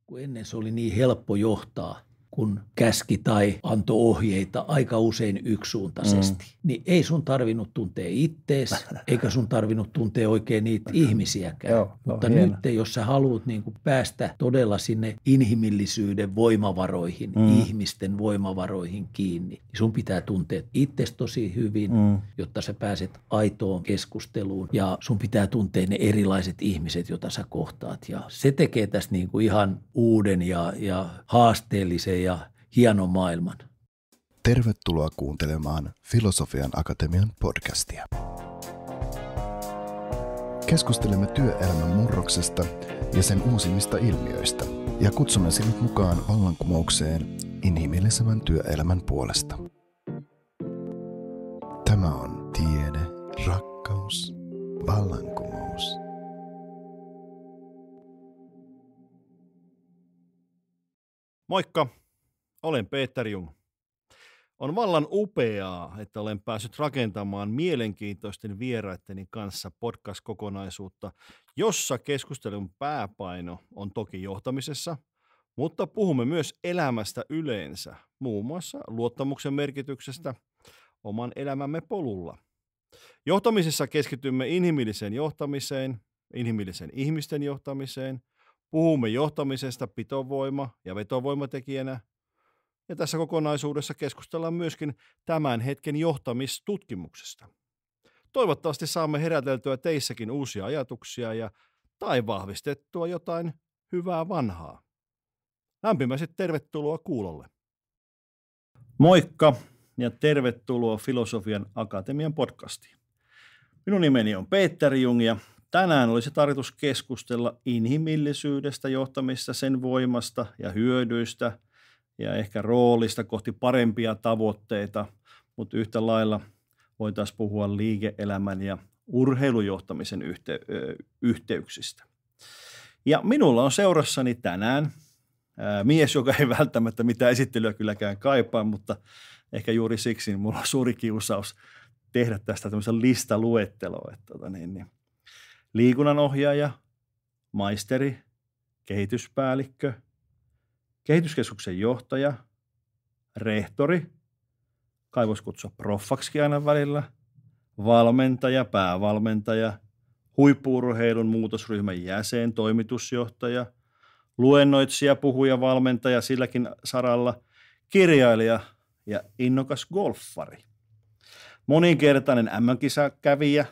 kun ennen se oli niin helppo johtaa, kun käski tai antoi ohjeita aika usein yksisuuntaisesti, niin ei sun tarvinnut tuntea ittees, eikä sun tarvinnut tuntea oikein niitä ihmisiäkään. Joo, mutta hieno. nyt, jos sä haluat niin kuin päästä todella sinne inhimillisyyden voimavaroihin, ihmisten voimavaroihin kiinni, niin sun pitää tuntea itses tosi hyvin, jotta sä pääset aitoon keskusteluun, ja sun pitää tuntea ne erilaiset ihmiset, joita sä kohtaat. Ja se tekee tästä niin kuin ihan uuden ja haasteellisen ja hienon maailman. Tervetuloa kuuntelemaan Filosofian Akatemian podcastia. Keskustelemme työelämän murroksesta ja sen uusimmista ilmiöistä ja kutsumme sinut mukaan vallankumoukseen inhimillisemmän työelämän puolesta. Tämä on tiede, rakkaus, vallankumous. Moikka, olen Peter Jung. On vallan upeaa, että olen päässyt rakentamaan mielenkiintoisten vieraitteni kanssa podcast-kokonaisuutta, jossa keskustelun pääpaino on toki johtamisessa, mutta puhumme myös elämästä yleensä, muun muassa luottamuksen merkityksestä oman elämämme polulla. Johtamisessa keskitymme inhimilliseen johtamiseen, inhimillisen ihmisten johtamiseen, puhumme johtamisesta pitovoima- ja vetovoimatekijänä, ja tässä kokonaisuudessa keskustellaan myöskin tämän hetken johtamistutkimuksesta. Toivottavasti saamme heräteltyä teissäkin uusia ajatuksia tai vahvistettua jotain hyvää vanhaa. Lämpimästi tervetuloa kuulolle. Moikka ja tervetuloa Filosofian Akatemian podcastiin. Minun nimeni on Peter Jung ja tänään olisi tarkoitus keskustella inhimillisyydestä, johtamista, sen voimasta ja hyödyistä ja ehkä roolista kohti parempia tavoitteita, mutta yhtä lailla voitaisiin puhua liike-elämän ja urheilujohtamisen yhteyksistä. Ja minulla on seurassani tänään mies, joka ei välttämättä mitään esittelyä kylläkään kaipaa, mutta ehkä juuri siksi minulla on suuri kiusaus tehdä tästä tämmöisen listaluetteloa. Liikunnanohjaaja, maisteri, kehityspäällikkö, kehityskeskuksen johtaja, rehtori, kai voisi kutsua proffaksikin aina välillä, valmentaja, päävalmentaja, huippu-urheilun muutosryhmän jäsen, toimitusjohtaja, luennoitsija, puhuja, valmentaja silläkin saralla, kirjailija ja innokas golfari. Moninkertainen MM-kisakävijä,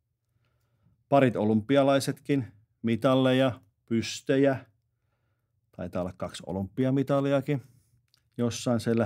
parit olympialaisetkin, mitalleja, pystejä, taitaa olla 2 olympiamitaliakin jossain siellä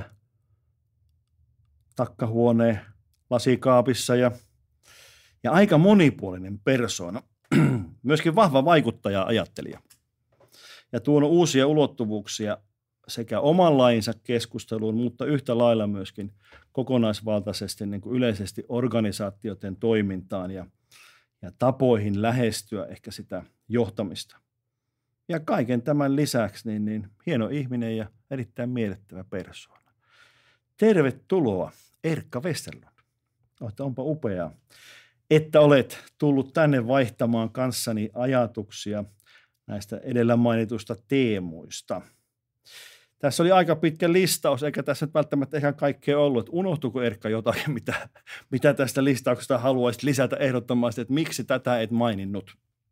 takkahuoneen lasikaapissa ja aika monipuolinen persoona, myöskin vahva vaikuttaja ja ajattelija. Ja tuonut uusia ulottuvuuksia sekä oman lajinsa keskusteluun, mutta yhtä lailla myöskin kokonaisvaltaisesti niin kuin yleisesti organisaatioiden toimintaan ja tapoihin lähestyä ehkä sitä johtamista. Ja kaiken tämän lisäksi niin hieno ihminen ja erittäin miellyttävä persoona. Tervetuloa Erkka Westerlund. Onpa upeaa, että olet tullut tänne vaihtamaan kanssani ajatuksia näistä edellä mainitusta teemoista. Tässä oli aika pitkä listaus, eikä tässä nyt välttämättä ihan kaikkea ollut. Että unohtuiko Erkka jotakin, mitä tästä listauksesta haluaisit lisätä ehdottomasti, että miksi tätä et maininnut?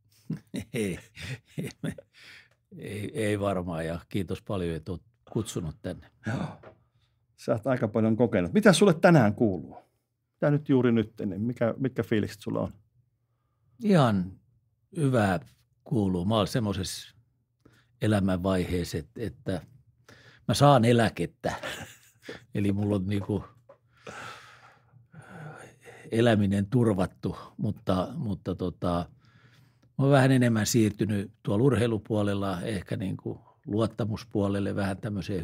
Ei varmaan, ja kiitos paljon, että olet kutsunut tänne. Joo. Sä oot aika paljon kokenut. Mitä sulle tänään kuuluu? Mitä nyt juuri nyt, niin mitkä fiilikset sulla on? Ihan hyvää kuuluu. Mä olen semmoisessa elämänvaiheessa, että mä saan eläkettä. Eli mulla on niinku eläminen turvattu, mutta mä oon vähän enemmän siirtynyt tuolla urheilupuolella, ehkä niinku luottamuspuolelle, vähän tämmöiseen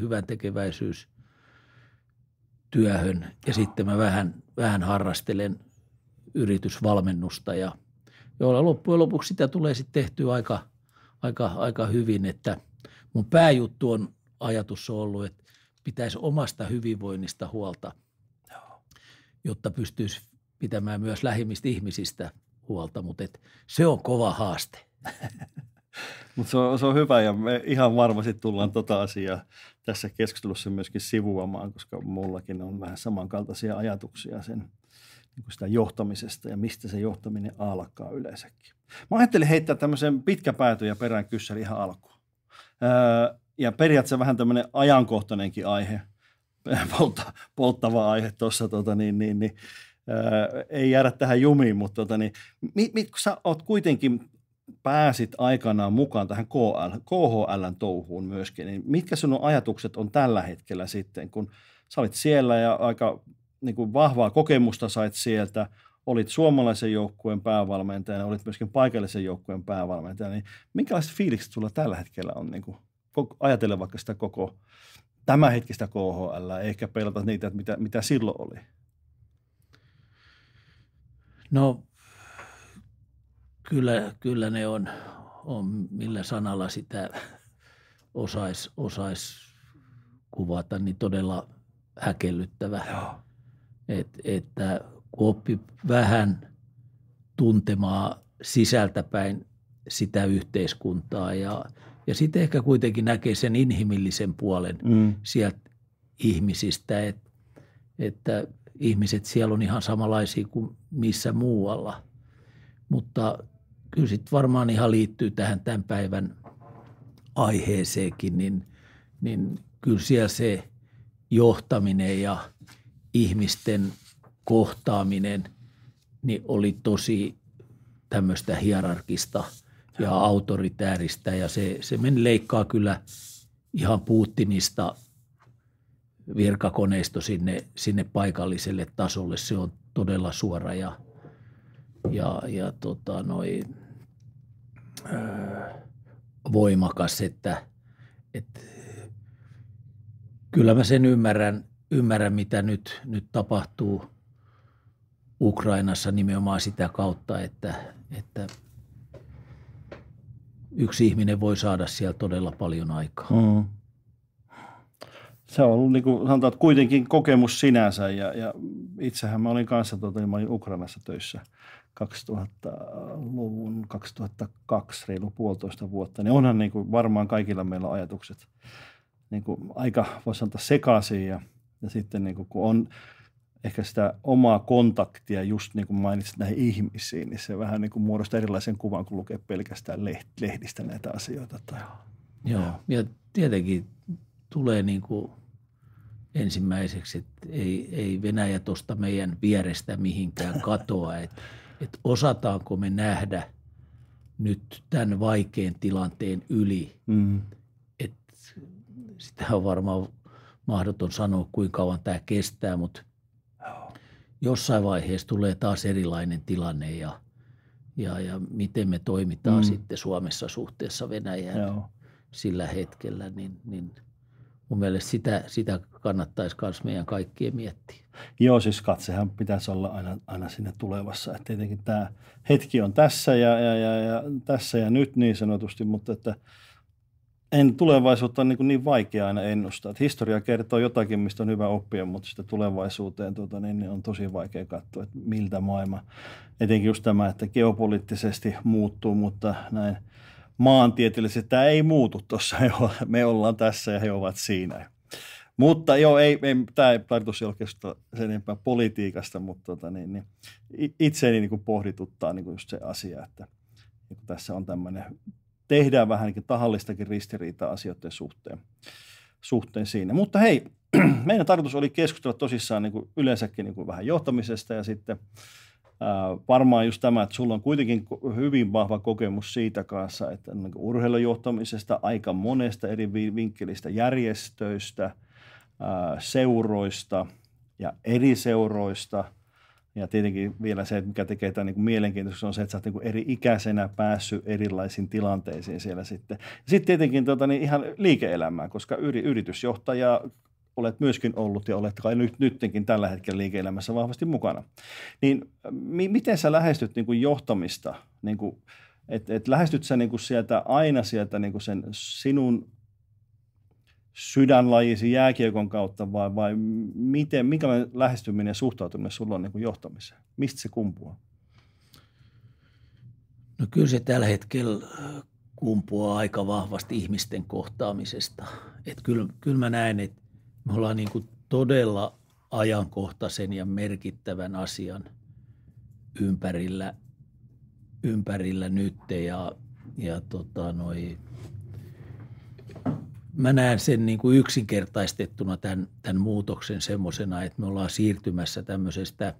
hyväntekeväisyystyöhön. Ja sitten mä vähän harrastelen yritysvalmennusta ja joilla loppujen lopuksi sitä tulee sitten tehtyä aika hyvin, että mun pääjuttu on ajatus on ollut, että pitäisi omasta hyvinvoinnista huolta, jotta pystyisi pitämään myös lähimmistä ihmisistä huolta, mutta se on kova haaste. Mutta se on hyvä ja me ihan varmasti tullaan tota asiaa tässä keskustelussa myöskin sivuamaan, koska mullakin on vähän samankaltaisia ajatuksia sen niin kuin sitä johtamisesta ja mistä se johtaminen alkaa yleensäkin. Mä ajattelin heittää tämmöisen pitkäpäätön ja perään kyssäri ihan alkuun. Ja periaatteessa vähän tämmöinen ajankohtainenkin aihe, polttava aihe tuossa, ei jäädä tähän jumiin, mutta kun sä oot kuitenkin pääsit aikanaan mukaan tähän KHL:n touhuun myöskin, niin mitkä sun ajatukset on tällä hetkellä sitten, kun sä olit siellä ja aika niin kuin vahvaa kokemusta sait sieltä, olit suomalaisen joukkueen päävalmentajana, olit myöskin paikallisen joukkueen päävalmentajana, niin minkälaiset fiilikset sulla tällä hetkellä on, niin kuin, ajatellen vaikka sitä koko tämänhetkistä KHL, eikä pelata niitä, että mitä silloin oli? No kyllä ne on millä sanalla sitä osais kuvata, niin todella häkellyttävä. Että kun oppi vähän tuntemaan sisältäpäin sitä yhteiskuntaa ja sitten ehkä kuitenkin näkee sen inhimillisen puolen sieltä ihmisistä, että ihmiset siellä on ihan samanlaisia kuin missä muualla. Mutta kyllä sitten varmaan ihan liittyy tähän tämän päivän aiheeseenkin, niin kyllä siellä se johtaminen ja ihmisten kohtaaminen niin oli tosi tämmöistä hierarkista ja autoritääristä ja se meni leikkaa kyllä ihan Putinista virkakoneisto sinne paikalliselle tasolle. Se on todella suora ja voimakas, että kyllä mä sen ymmärrän mitä nyt tapahtuu Ukrainassa nimenomaan sitä kautta, että yksi ihminen voi saada siellä todella paljon aikaa. Se on ollut, niin kuin sanotaan, kuitenkin kokemus sinänsä ja itsehän mä olin kanssa, mä olin Ukrainassa töissä 2000-luvun 2002, reilu 1,5 vuotta, niin onhan niin kuin varmaan kaikilla meillä ajatukset niin kuin aika, voisi sanoa, sekaisin ja sitten niin kuin, kun on ehkä sitä omaa kontaktia, just niin kuin mainitsit näihin ihmisiin, niin se vähän niin kuin muodostaa erilaisen kuvan, kun lukee pelkästään lehdistä näitä asioita. Joo, ja tietenkin tulee niin kuin ensimmäiseksi, että ei Venäjä tuosta meidän vierestä mihinkään katoa, että osataanko me nähdä nyt tämän vaikean tilanteen yli. Että sitä on varmaan mahdoton sanoa, kuinka kauan tämä kestää, mutta jossain vaiheessa tulee taas erilainen tilanne ja miten me toimitaan sitten Suomessa suhteessa Venäjään sillä hetkellä, niin mun mielestä sitä kannattaisi myös meidän kaikkien miettiä. Joo, siis katsehan pitäisi olla aina sinne tulevassa. Että tietenkin tämä hetki on tässä ja tässä ja nyt niin sanotusti, mutta että tulevaisuutta on niin vaikea aina ennustaa. Että historia kertoo jotakin, mistä on hyvä oppia, mutta sitä tulevaisuuteen niin on tosi vaikea katsoa, että miltä maailma, etenkin just tämä, että geopoliittisesti muuttuu, mutta näin maantieteellisesti tämä ei muutu tuossa. Me ollaan tässä ja he ovat siinä. Mutta joo, tämä ei tarvitse oikeastaan sen enempää politiikasta, mutta itseäni niin kuin pohdituttaa niin kuin just se asia, että niin kuin tässä on tämmöinen, tehdään vähän niin kuin tahallistakin ristiriitaa asioiden suhteen siinä. Mutta hei, meidän tarkoitus oli keskustella tosissaan niin kuin yleensäkin niin kuin vähän johtamisesta ja sitten varmaan just tämä, että sulla on kuitenkin hyvin vahva kokemus siitä kanssa, että niin kuin urheilujohtamisesta, aika monesta eri vinkkelistä, järjestöistä, seuroista ja eri seuroista. Ja tietenkin vielä se, mikä tekee tämän niin kuin mielenkiintoista, on se, että sä oot niin kuin eri ikäisenä päässyt erilaisiin tilanteisiin siellä sitten. Ja sitten tietenkin ihan liike-elämään, koska yritysjohtaja olet myöskin ollut ja olet kai nyttenkin tällä hetkellä liike-elämässä vahvasti mukana. Niin miten sä lähestyt niin kuin johtamista? Niin kuin, lähestyt sä niin kuin aina sieltä niin kuin sen sinun sydänlajisi jääkiekon kautta vai minkälainen lähestyminen ja suhtautuminen sulla on niin kuin johtamiseen? Mistä se kumpuaa? No kyllä se tällä hetkellä kumpuaa aika vahvasti ihmisten kohtaamisesta. Että kyllä mä näen, että me ollaan niin kuin todella ajankohtaisen ja merkittävän asian ympärillä nyt mä näen sen niin kuin yksinkertaistettuna tämän muutoksen semmoisena, että me ollaan siirtymässä tämmöisestä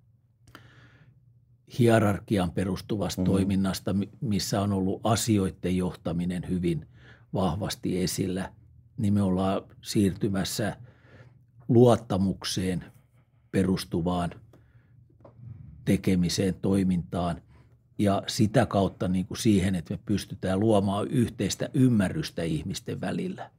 hierarkian perustuvasta toiminnasta, missä on ollut asioiden johtaminen hyvin vahvasti esillä, niin me ollaan siirtymässä luottamukseen perustuvaan tekemiseen, toimintaan ja sitä kautta niin kuin siihen, että me pystytään luomaan yhteistä ymmärrystä ihmisten välillä.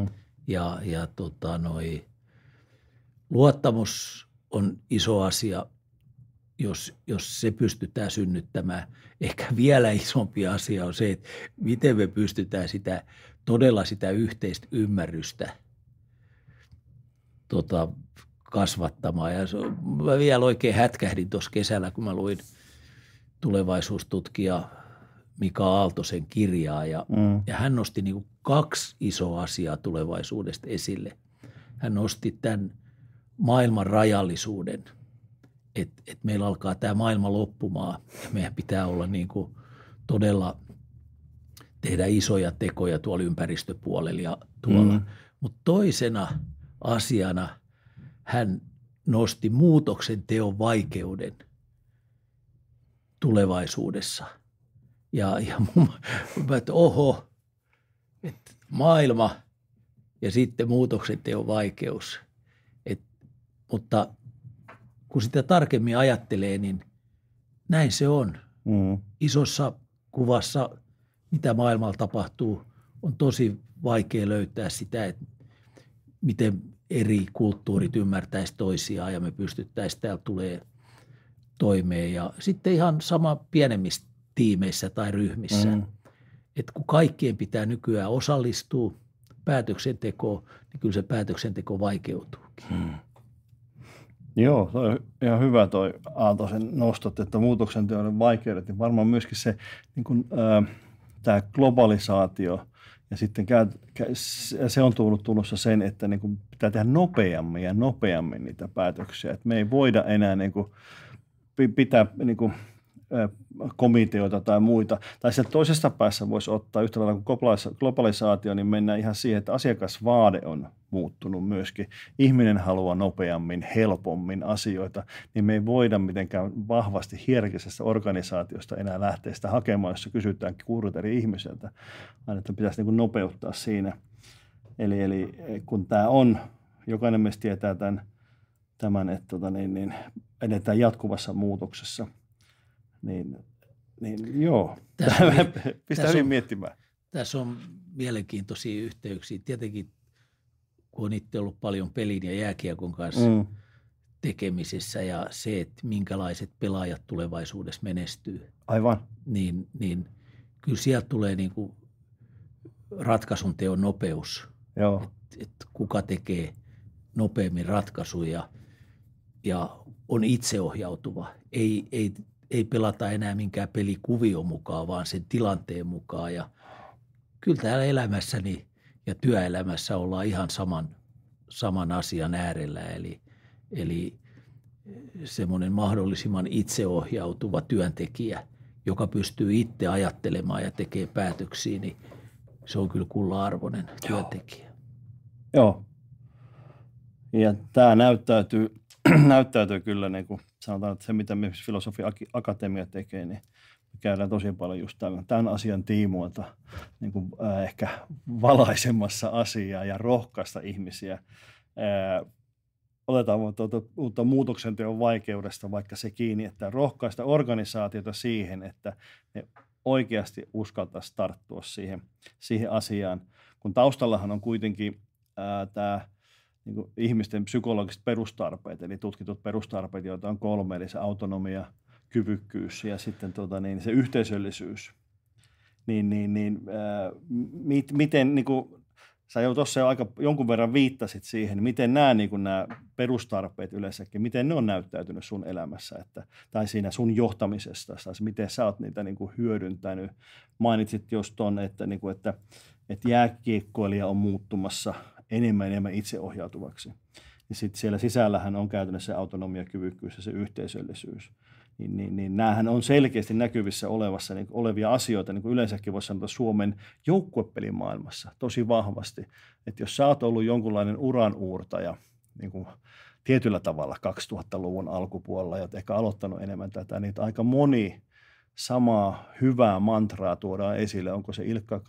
Luottamus on iso asia, jos se pystytään synnyttämään. Ehkä vielä isompi asia on se, että miten me pystytään todella sitä yhteistä ymmärrystä kasvattamaan. Ja mä vielä oikein hätkähdin tuossa kesällä, kun mä luin tulevaisuustutkija Mika Aaltosen kirjaa. Ja hän nosti niin kuin 2 isoa asiaa tulevaisuudesta esille. Hän nosti tämän maailman rajallisuuden, että meillä alkaa tämä maailma loppumaan ja meidän pitää olla niin kuin todella tehdä isoja tekoja tuolla ympäristöpuolella ja tuolla. Mutta toisena asiana hän nosti muutoksen teon vaikeuden tulevaisuudessa. Ja mä että oho, että maailma ja sitten muutoksen teon vaikeus. Mutta kun sitä tarkemmin ajattelee, niin näin se on. Isossa kuvassa, mitä maailmalla tapahtuu, on tosi vaikea löytää sitä, että miten eri kulttuurit ymmärtäisi toisiaan ja me pystyttäisiin täällä tulee toimeen. Ja sitten ihan sama pienemmissä tiimeissä tai ryhmissä. Että kun kaikkien pitää nykyään osallistua päätöksentekoon, niin kyllä se päätöksenteko vaikeutuukin. Joo, toi on ihan hyvä toi Aaltosen nostot, että muutoksen teon vaikeudet, niin varmaan myöskin se niin kuin, tämä globalisaatio ja sitten se on tulossa sen, että niin kuin pitää tehdä nopeammin niitä päätöksiä, että me ei voida enää niin kuin pitää niin kuin komiteoita tai muita. Tai sieltä toisesta päässä voisi ottaa yhtä lailla kuin globalisaatio, niin mennään ihan siihen, että asiakasvaade on muuttunut myöskin. Ihminen haluaa nopeammin, helpommin asioita, niin me ei voida mitenkään vahvasti hierarkisesta organisaatiosta enää lähteä sitä hakemaan, jossa kysytään 6 eri ihmiseltä. Aina, että pitäisi niin kuin nopeuttaa siinä. Eli kun tämä on, jokainen meistä tietää tämän että edetään jatkuvassa muutoksessa. Niin joo, pistää hyvin miettimään. Tässä on mielenkiintoisia yhteyksiä. Tietenkin, kun on itse ollut paljon pelin ja jääkiekon kanssa tekemisissä ja se, että minkälaiset pelaajat tulevaisuudessa menestyy. Aivan. Niin kyllä sieltä tulee niin kuin ratkaisun teon nopeus. Joo. Et kuka tekee nopeammin ratkaisuja ja on itseohjautuva. Ei pelata enää minkään pelikuvion mukaan, vaan sen tilanteen mukaan. Ja kyllä täällä elämässäni ja työelämässä ollaan ihan saman asian äärellä. Eli semmoinen mahdollisimman itseohjautuva työntekijä, joka pystyy itse ajattelemaan ja tekee päätöksiä, niin se on kyllä kulla-arvoinen työntekijä. Joo. Ja tämä näyttäytyy kyllä, niin kuin sanotaan, että se mitä me Filosofia Akatemia tekee, niin me käydään tosi paljon just tämän asian tiimoilta niin kuin, ehkä valaisemassa asiaa ja rohkaista ihmisiä. Otetaan uutta muutoksenteon vaikeudesta vaikka se kiinni, että rohkaista organisaatiota siihen, että ne oikeasti uskaltaisi tarttua siihen asiaan, kun taustallahan on kuitenkin tämä niin kuin ihmisten psykologiset perustarpeet, eli tutkitut perustarpeet, joita on 3, eli se autonomia, kyvykkyys ja sitten se yhteisöllisyys. Miten niin kuin sä jo tuossa jo aika jonkun verran viittasit siihen, miten nämä perustarpeet yleensäkin, miten ne on näyttäytynyt sun elämässä, tai siinä sun johtamisessa, tai miten sä oot niitä niin kuin hyödyntänyt. Mainitsit just ton, että jääkiekkoilija on muuttumassa enemmän itseohjautuvaksi. Ja sitten siellä sisällähän on käytännössä se autonomia, kyvykkyys ja se yhteisöllisyys. Niin näähän on selkeästi näkyvissä olevia asioita, niin kuin yleensäkin voisi sanoa Suomen joukkuepelimaailmassa tosi vahvasti. Että jos sä oot ollut jonkunlainen uranuurtaja niin kuin tietyllä tavalla 2000-luvun alkupuolella ja ehkä aloittanut enemmän tätä, niin aika moni samaa hyvää mantraa tuodaan esille. Onko se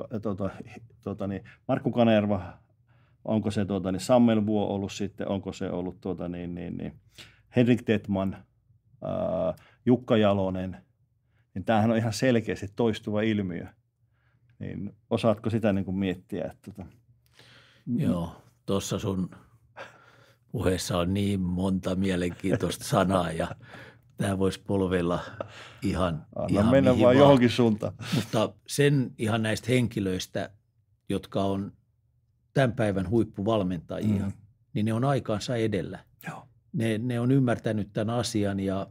Markku Kanerva, onko se Samuel Vuo ollut sitten, onko se ollut Henrik Detman, Jukka Jalonen, niin tämähän on ihan selkeästi toistuva ilmiö. Niin osaatko sitä niin kuin miettiä? Joo, tuossa sun puheessa on niin monta mielenkiintoista sanaa ja tämä voisi polvella ihan mennä vaan johonkin suuntaan. Mutta sen ihan näistä henkilöistä, jotka on tämän päivän huippuvalmentajia, niin ne on aikaansa edellä. Joo. Ne on ymmärtänyt tämän asian ja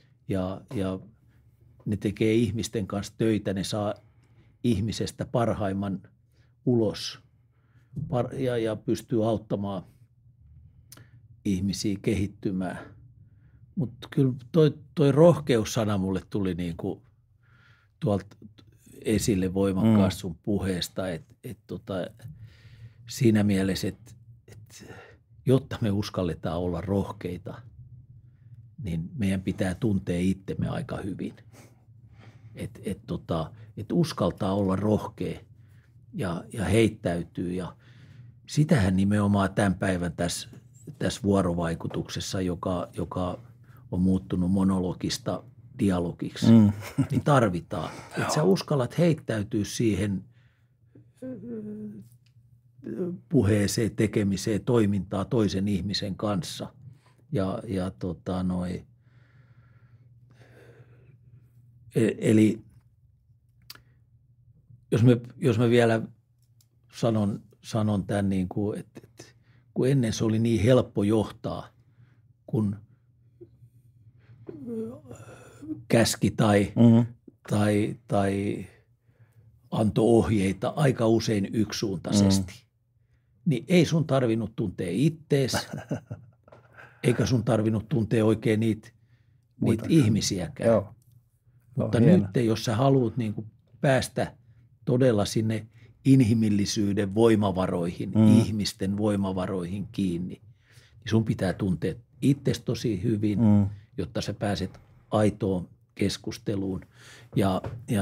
ne tekee ihmisten kanssa töitä, ne saa ihmisestä parhaimman ulos ja pystyy auttamaan ihmisiä kehittymään. Mutta kyllä toi rohkeussana mulle tuli niinku tuolta esille voimakkaasti sun puheesta, että siinä mielessä, että jotta me uskalletaan olla rohkeita, niin meidän pitää tuntea itsemme aika hyvin. Että uskaltaa olla rohkea ja heittäytyy. Ja sitähän nimenomaan tämän päivän tässä vuorovaikutuksessa, joka on muuttunut monologista dialogiksi, niin tarvitaan. Että sä uskallat heittäytyä siihen puheeseen, tekemiseen, toimintaa toisen ihmisen kanssa. Eli jos mä vielä sanon tämän, niin kuin, että kun ennen se oli niin helppo johtaa, kun käski tai antoi ohjeita aika usein yksisuuntaisesti, niin ei sun tarvinnut tuntea ittees, eikä sun tarvinnut tuntea oikein niitä ihmisiäkään. Joo. Mutta nyt, jos sä haluat niin kuin päästä todella sinne inhimillisyyden voimavaroihin, ihmisten voimavaroihin kiinni, niin sun pitää tuntea itsesi tosi hyvin, jotta sä pääset aitoon keskusteluun. Ja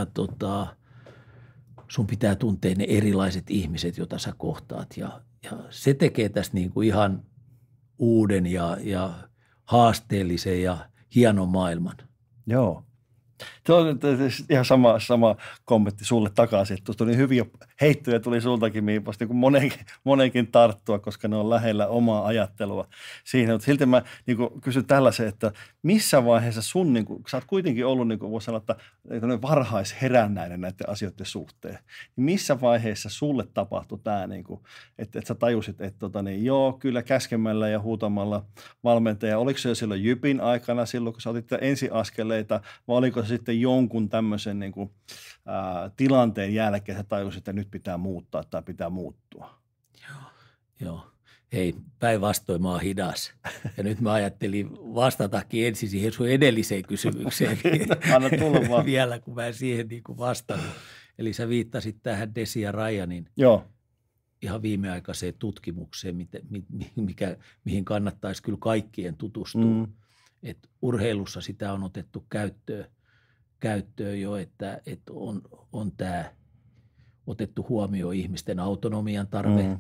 sun pitää tuntea ne erilaiset ihmiset, joita sä kohtaat. Ja se tekee tästä niin kuin ihan uuden ja haasteellisen ja hienon maailman. Joo. Tuo on ihan sama kommentti sulle takaisin. Tuli hyviä heittoja tuli sultakin, mihin voisi niin monenkin tarttua, koska ne on lähellä omaa ajattelua siinä. Mutta silti mä niin kysyn tällaisen, että missä vaiheessa sun, niin kuin, sä oot kuitenkin ollut, niin kuin voisi sanoa, että varhaisherännäinen näiden asioiden suhteen. Niin missä vaiheessa sulle tapahtui tämä, niin kuin, että sä tajusit, että joo, kyllä käskemällä ja huutamalla valmentaja. Oliko se jo silloin Jypin aikana silloin, kun sä otit ensiaskeleita, vai oliko se sitten jonkun tämmöisen niin kuin, tilanteen jälkeen sä tajusit, että nyt pitää muuttaa tai pitää muuttua? Joo. Hei, päinvastoin mä oon hidas. Ja nyt mä ajattelin vastatakin ensin siihen sun edelliseen kysymykseen. Anna tulla vaan. Vielä, kun mä en siihen niin kuin vastannut. Eli sä viittasit tähän Desi ja Ryanin ihan viimeaikaiseen tutkimukseen, mihin kannattaisi kyllä kaikkien tutustua. Et urheilussa sitä on otettu käyttöön jo, että on tämä otettu huomioon ihmisten autonomian tarve.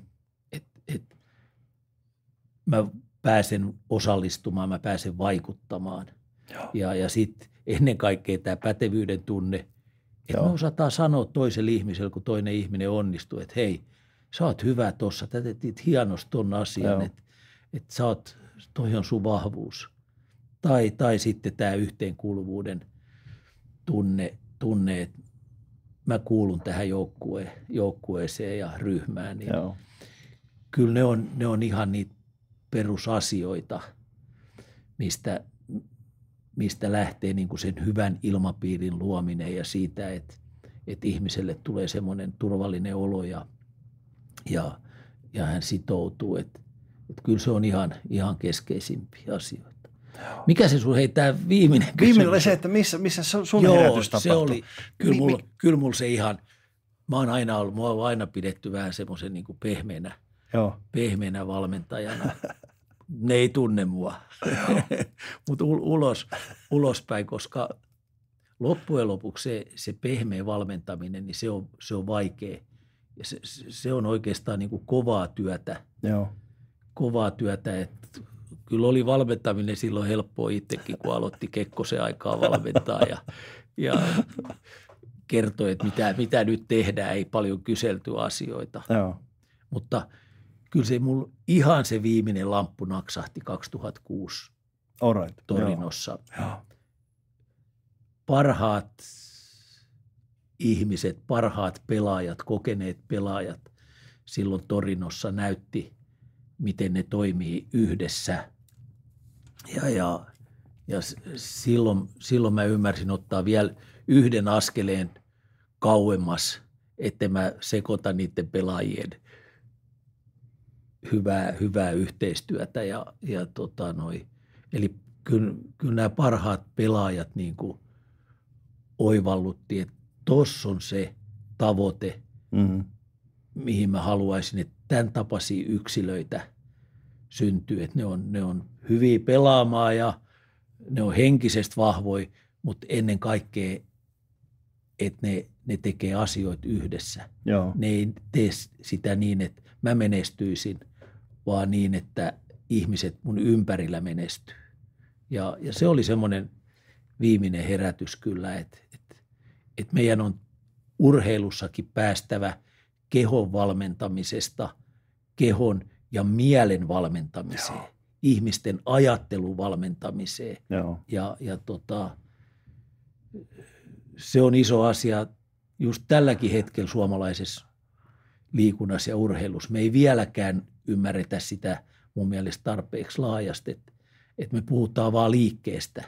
Mä pääsen osallistumaan, mä pääsen vaikuttamaan. Ja sitten ennen kaikkea tämä pätevyyden tunne, että me osataan sanoa toiselle ihmiselle, kun toinen ihminen onnistuu, että hei, sä oot hyvä tossa, sä teet hienosti ton asian, että sä oot, toi on sun vahvuus. Tai sitten tämä yhteenkuuluvuuden tunne, että mä kuulun tähän joukkueeseen ja ryhmään. kyllä ne on ihan niitä perusasioita, mistä lähtee niin kuin sen hyvän ilmapiirin luominen ja siitä, että ihmiselle tulee semmoinen turvallinen olo ja hän sitoutuu. Että kyllä se on ihan keskeisimpiä asioita. Mikä se sun tämä viimeinen kysymys? Viimeinen oli se, että missä sun herätys tapahtui. Se oli, kyllä mulla se ihan, mua on aina pidetty vähän semmoisen niin kuin pehmeänä valmentajana. Ne ei tunne mua, mutta ulospäin, koska loppujen lopuksi se pehmeä valmentaminen, niin se on vaikea. Ja se on oikeastaan niin kuin kovaa työtä. Joo. Kovaa työtä, että kyllä oli valmentaminen silloin helppoa itsekin, kun aloitti Kekkosen aikaa valmentaa ja kertoi, että mitä nyt tehdään, ei paljon kyselty asioita. Joo. Mutta kyllä se mulla ihan se viimeinen lamppu naksahti 2006 Torinossa. Joo. Parhaat ihmiset, parhaat pelaajat, kokeneet pelaajat silloin Torinossa näytti, miten ne toimii yhdessä. Ja silloin mä ymmärsin ottaa vielä yhden askeleen kauemmas, että mä sekoitan niiden pelaajien hyvää yhteistyötä. Eli kyllä nämä parhaat pelaajat niin kuin oivallutti, että tuossa on se tavoite, mihin mä haluaisin, että tämän tapaisia yksilöitä syntyy, että ne on hyviä pelaamaan ja ne on henkisesti vahvoja, mutta ennen kaikkea, että ne tekee asioita yhdessä. Joo. Ne ei tee sitä niin, että mä menestyisin, vaan niin, että ihmiset mun ympärillä menestyy. Ja se oli semmoinen viimeinen herätys kyllä, että meidän on urheilussakin päästävä kehon valmentamisesta kehon ja mielen valmentamiseen, Joo. ihmisten ajattelun valmentamiseen. Joo. Se on iso asia just tälläkin hetkellä suomalaisessa liikunnassa ja urheilussa. Me ei vieläkään ymmärretä sitä mun mielestä tarpeeksi laajasti, että me puhutaan vaan liikkeestä,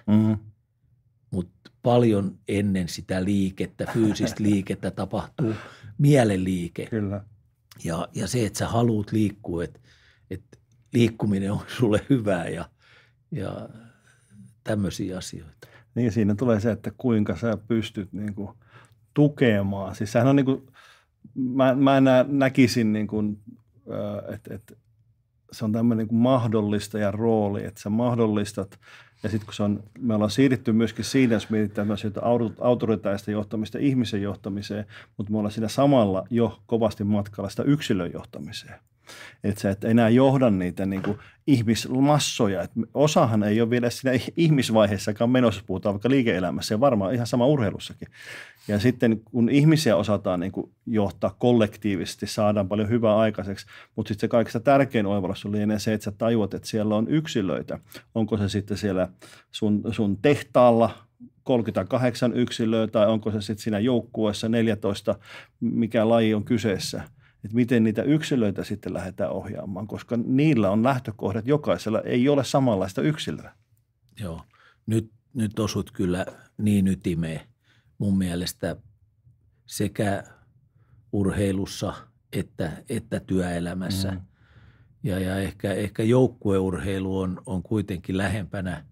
mutta paljon ennen sitä liikettä, fyysistä liikettä tapahtuu mielenliike. Kyllä. Ja se, että sä haluut liikkua, että liikkuminen on sulle hyvää ja tämmöisiä asioita. Niin, siinä tulee se, että kuinka sä pystyt niin kuin tukemaan. Siis sehän on niin kuin, mä näkisin niin kuin, että se on tämmöinen niin kuin mahdollistajan rooli, että sä mahdollistat. Ja sitten kun me ollaan siirrytty myöskin siinä, jos mietitään autoritaista johtamista ihmisen johtamiseen, mutta me ollaan siinä samalla jo kovasti matkalla sitä yksilön johtamiseen. Että sä et enää johda niitä niin kuin ihmismassoja. Et osahan ei ole vielä siinä ihmisvaiheessakaan menossa, puhutaan vaikka liike-elämässä ja varmaan ihan sama urheilussakin. Ja sitten kun ihmisiä osataan niin kuin johtaa kollektiivisesti, saadaan paljon hyvää aikaiseksi, mutta sitten se kaikista tärkein oivallus lienee se, että sä tajuat, että siellä on yksilöitä. Onko se sitten siellä sun tehtaalla 38 yksilöä tai onko se sitten siinä joukkueessa 14, mikä laji on kyseessä. Että miten niitä yksilöitä sitten lähdetään ohjaamaan, koska niillä on lähtökohdat, jokaisella ei ole samanlaista yksilöä. Joo, nyt osut kyllä niin ytimeen mun mielestä sekä urheilussa että työelämässä. Ja ehkä joukkueurheilu on kuitenkin lähempänä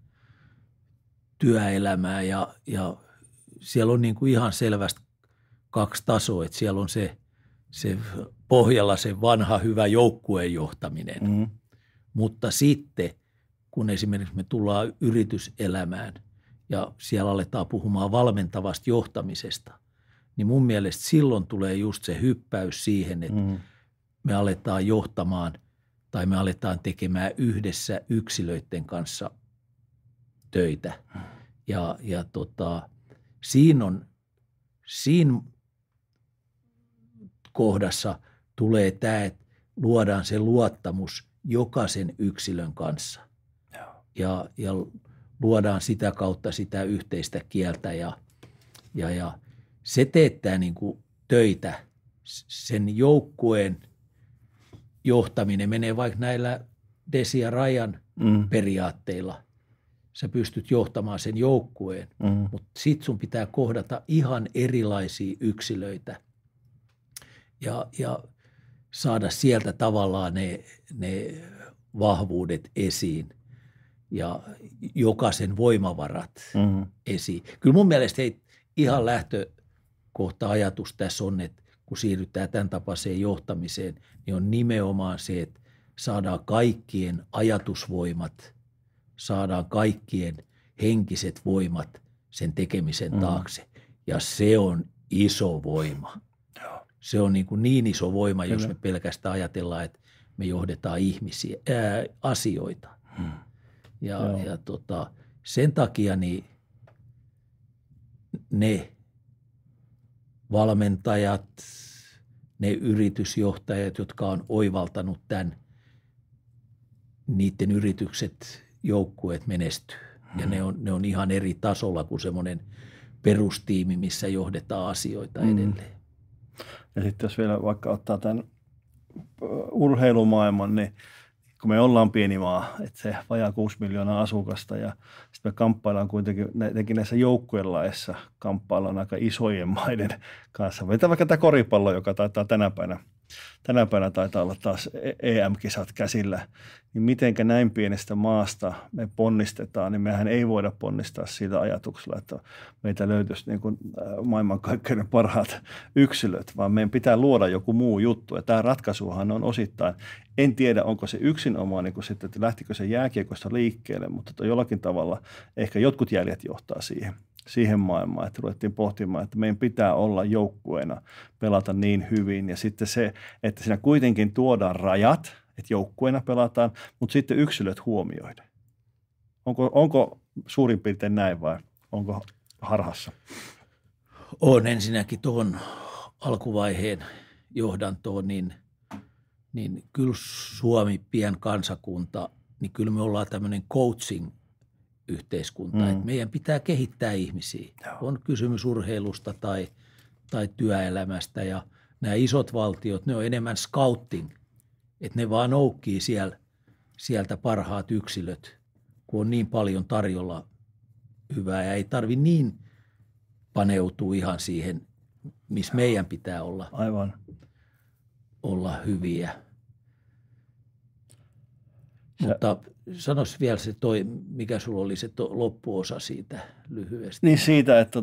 työelämää ja siellä on niin kuin ihan selvästi kaksi tasoa, että siellä on se pohjalla se vanha hyvä joukkueen johtaminen. Mutta sitten, kun esimerkiksi me tullaan yrityselämään ja siellä aletaan puhumaan valmentavasta johtamisesta, niin mun mielestä silloin tulee just se hyppäys siihen, että me aletaan johtamaan tai me aletaan tekemään yhdessä yksilöiden kanssa töitä. Ja siinä kohdassa tulee tämä, että luodaan se luottamus jokaisen yksilön kanssa. Ja luodaan sitä kautta sitä yhteistä kieltä ja se teettää niin kuin töitä sen joukkueen johtaminen menee vaikka näillä Desi ja Rajan periaatteilla. Sä pystyt johtamaan sen joukkueen, mutta sit sun pitää kohdata ihan erilaisia yksilöitä ja saada sieltä tavallaan ne vahvuudet esiin ja jokaisen voimavarat esiin. Kyllä mun mielestä ihan lähtökohta ajatus tässä on, että kun siirrytään tämän tapaiseen johtamiseen, niin on nimenomaan se, että saadaan kaikkien ajatusvoimat, saadaan kaikkien henkiset voimat sen tekemisen taakse. Ja se on iso voima. Se on niin iso voima, jos me pelkästään ajatellaan, että me johdetaan ihmisiä, asioita. Ja sen takia niin ne valmentajat, ne yritysjohtajat, jotka on oivaltanut tämän, niiden yritykset, joukkueet menestyy. Ja ne on ihan eri tasolla kuin semmoinen perustiimi, missä johdetaan asioita edelleen. Ja sitten jos vielä vaikka ottaa tämän urheilumaailman, niin kun me ollaan pieni maa, että se vajaa 6 miljoonaa asukasta ja sitten me kamppaillaan kuitenkin näissä joukkueen laissa kamppaillaan aika isojen maiden kanssa. Vetää vaikka tämä koripallo, joka taitaa tänä päivänä taitaa olla taas EM-kisat käsillä, niin mitenkä näin pienestä maasta me ponnistetaan, niin mehän ei voida ponnistaa siitä ajatuksella, että meitä löytyisi niin kuin maailmankaikkeuden parhaat yksilöt, vaan meidän pitää luoda joku muu juttu. Ja tämä ratkaisuhan on osittain, en tiedä onko se yksinomaan, niin kuin sitten, että lähtikö se jääkiekosta liikkeelle, mutta jollakin tavalla ehkä jotkut jäljet johtaa siihen maailmaan, että ruvettiin pohtimaan, että meidän pitää olla joukkueena, pelata niin hyvin. Ja sitten se, että siinä kuitenkin tuodaan rajat, että joukkueena pelataan, mutta sitten yksilöt huomioiden. Onko suurin piirtein näin vai onko harhassa? On ensinnäkin tuohon alkuvaiheen johdantoon, niin kyllä Suomi, pien kansakunta, niin kyllä me ollaan tämmöinen coaching-yhteiskunta. Että meidän pitää kehittää ihmisiä. On kysymys urheilusta tai työelämästä ja nämä isot valtiot, ne on enemmän scouting. Että ne vaan noukkii sieltä parhaat yksilöt, kun on niin paljon tarjolla hyvää ja ei tarvi niin paneutua ihan siihen, missä meidän pitää olla hyviä. Mutta sanois vielä se mikä sulla oli se loppuosa siitä lyhyesti. Niin siitä, että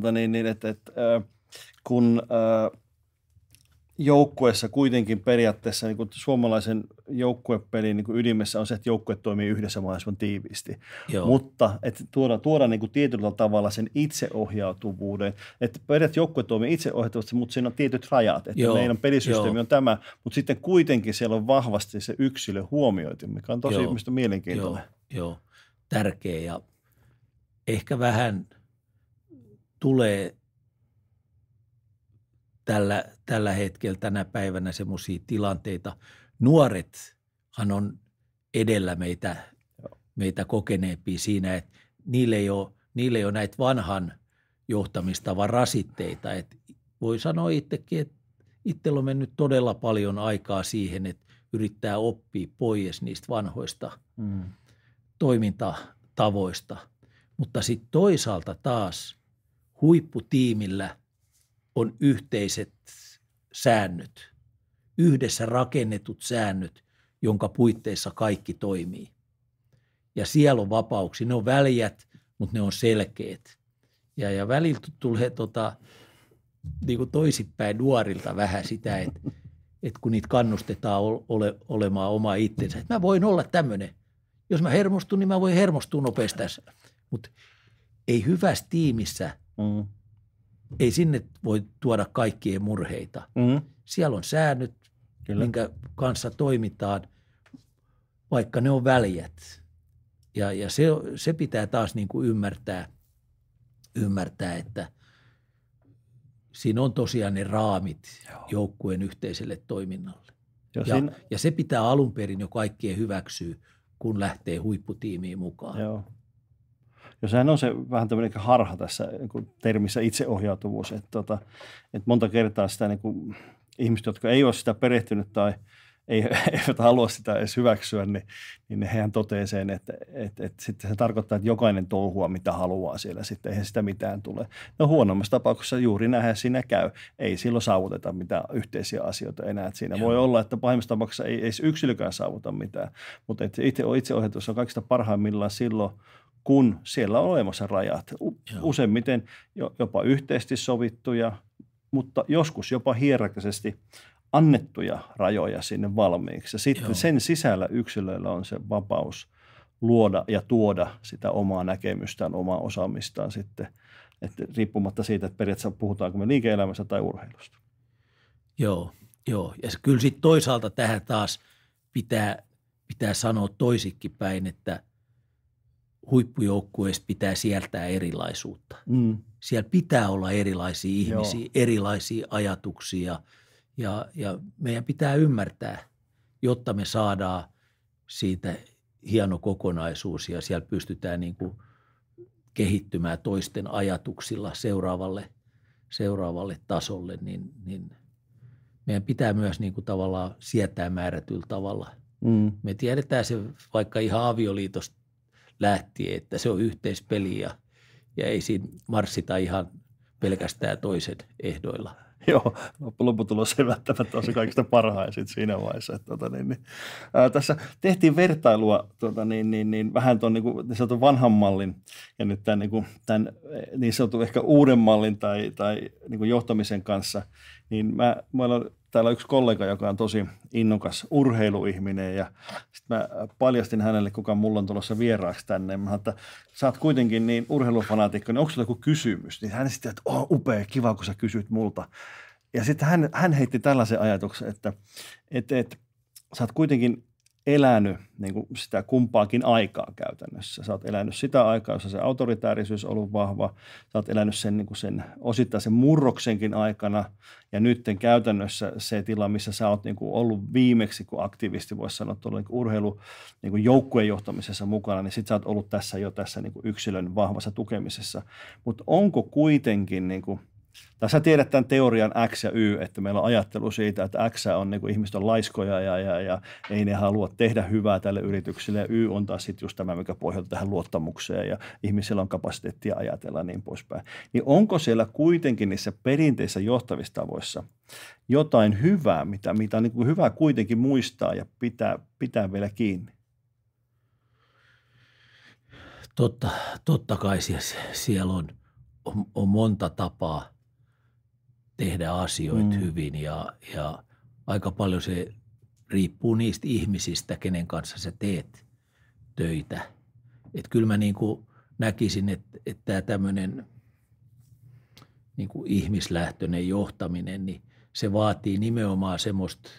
kun joukkueessa kuitenkin periaatteessa niin kuin suomalaisen joukkuepelin niin kuin ydimessä on se, että joukkue toimii yhdessä mahdollisimman tiiviisti. Joo. Mutta että tuoda niin kuin tietyllä tavalla sen itseohjautuvuuden, että periaatteessa joukkue toimii itseohjautuvasti, mutta siinä on tietyt rajat, että meidän pelisysteemi on tämä, mutta sitten kuitenkin siellä on vahvasti se yksilö huomioitu, mikä on tosi mielenkiintoinen. Joo, tärkeä ja ehkä vähän tulee tällä hetkellä tänä päivänä semmoisia tilanteita. Nuorethan on edellä meitä kokeneempia siinä, että niille ei ole näitä vanhan johtamistavan rasitteita. Et voi sanoa itsekin, että itsellä on mennyt todella paljon aikaa siihen, että yrittää oppia pois niistä vanhoista toimintatavoista. Mutta sitten toisaalta taas huipputiimillä on yhteiset säännöt, yhdessä rakennetut säännöt, jonka puitteissa kaikki toimii. Ja siellä on vapauksia, ne on väljät, mutta ne on selkeät. Ja välillä tulee niin kuin toisinpäin nuorilta vähän sitä, että kun niitä kannustetaan olemaan oma itsensä, että mä voin olla tämmöinen. Jos mä hermostun, niin mä voin hermostua nopeasti tässä. Mutta ei hyvässä tiimissä, ei sinne voi tuoda kaikkien murheita. Siellä on säännöt, minkä kanssa toimitaan, vaikka ne on väljät. Ja se pitää taas niin kuin ymmärtää, että siinä on tosiaan ne raamit joukkueen yhteiselle toiminnalle. Ja se pitää alun perin jo kaikkien hyväksyä, kun lähtee huipputiimiin mukaan. Joo. Ja sehän on se vähän tämmöinen harha tässä niin termissä itseohjautuvuus, että monta kertaa sitä niin kuin, ihmiset, jotka ei ole sitä perehtynyt tai eivät halua sitä edes hyväksyä, niin hehän toteaa sen, että sitten se tarkoittaa, että jokainen touhua mitä haluaa siellä, sitten eihän sitä mitään tule. No huonommassa tapauksessa juuri näinhän siinä käy. Ei silloin saavuteta mitään yhteisiä asioita enää. Että siinä voi olla, että pahimmassa tapauksessa ei edes yksilökään saavuta mitään, mutta itseohjatus on kaikista parhaimmillaan silloin, kun siellä on olemassa rajat. Useimmiten jopa yhteisesti sovittuja, mutta joskus jopa hierarkisesti annettuja rajoja sinne valmiiksi. Ja sitten sen sisällä yksilöillä on se vapaus luoda ja tuoda sitä omaa näkemystään, omaa osaamistaan sitten, että riippumatta siitä, että periaatteessa puhutaanko me liike-elämästä tai urheilusta. Joo. Ja kyllä sitten toisaalta tähän taas pitää sanoa toisikin päin, että huippujoukkueessa pitää sieltää erilaisuutta. Siellä pitää olla erilaisia ihmisiä, erilaisia ajatuksia ja meidän pitää ymmärtää, jotta me saadaan siitä hieno kokonaisuus ja siellä pystytään niin kuin kehittymään toisten ajatuksilla seuraavalle tasolle, niin meidän pitää myös niin kuin tavallaan sietää määrätyllä tavalla. Me tiedetään se vaikka ihan avioliitosta lähtien, että se on yhteispeli ja ei siinä marssita ihan pelkästään toisen ehdoilla. Joo, lopputulos ei välttämättä ole se kaikista parhain siinä vaiheessa. Tässä tehtiin vertailua vähän tuon niin sanotun vanhan mallin ja nyt tämän niin sanotun ehkä uuden mallin tai niin johtamisen kanssa. Niin meillä on täällä yksi kollega, joka on tosi innokas urheiluihminen ja sitten mä paljastin hänelle, kuka mulla on tulossa vieraaksi tänne. Mä että sä oot kuitenkin niin urheilufanaatikko, niin onko sulla joku kysymys? Niin hän sitten, että upea, kiva kun sä kysyt multa. Ja sitten hän heitti tällaisen ajatuksen, että sä oot kuitenkin elänyt niin kuin sitä kumpaakin aikaa käytännössä. Sä oot elänyt sitä aikaa, jossa se autoritäärisyys on ollut vahva. Sä oot elänyt sen, niin kuin sen osittain sen murroksenkin aikana. Ja nyt käytännössä se tila, missä sä oot niin kuin ollut viimeksi, kun aktiivisesti voisi sanoa, että niin urheilu niin kuin joukkueen johtamisessa mukana, niin sit sä oot ollut tässä niin kuin yksilön vahvassa tukemisessa. Mutta onko kuitenkin niin kuin tässä tiedät tämän teorian X ja Y, että meillä on ajattelu siitä, että X on niin kuin ihmiset on laiskoja ja ei ne halua tehdä hyvää tälle yritykselle. Ja Y on taas sitten just tämä, mikä pohjautuu tähän luottamukseen ja ihmisillä on kapasiteettia ajatella ja niin poispäin. Niin onko siellä kuitenkin niissä perinteisissä johtavistavoissa jotain hyvää, mitä on niin kuin hyvä kuitenkin muistaa ja pitää vielä kiinni? Totta kai siellä on monta tapaa tehdä asioita hyvin ja aika paljon se riippuu niistä ihmisistä, kenen kanssa sä teet töitä. Että kyllä mä niin kuin näkisin, että tämä tämmöinen niin kuin ihmislähtöinen johtaminen, niin se vaatii nimenomaan semmoista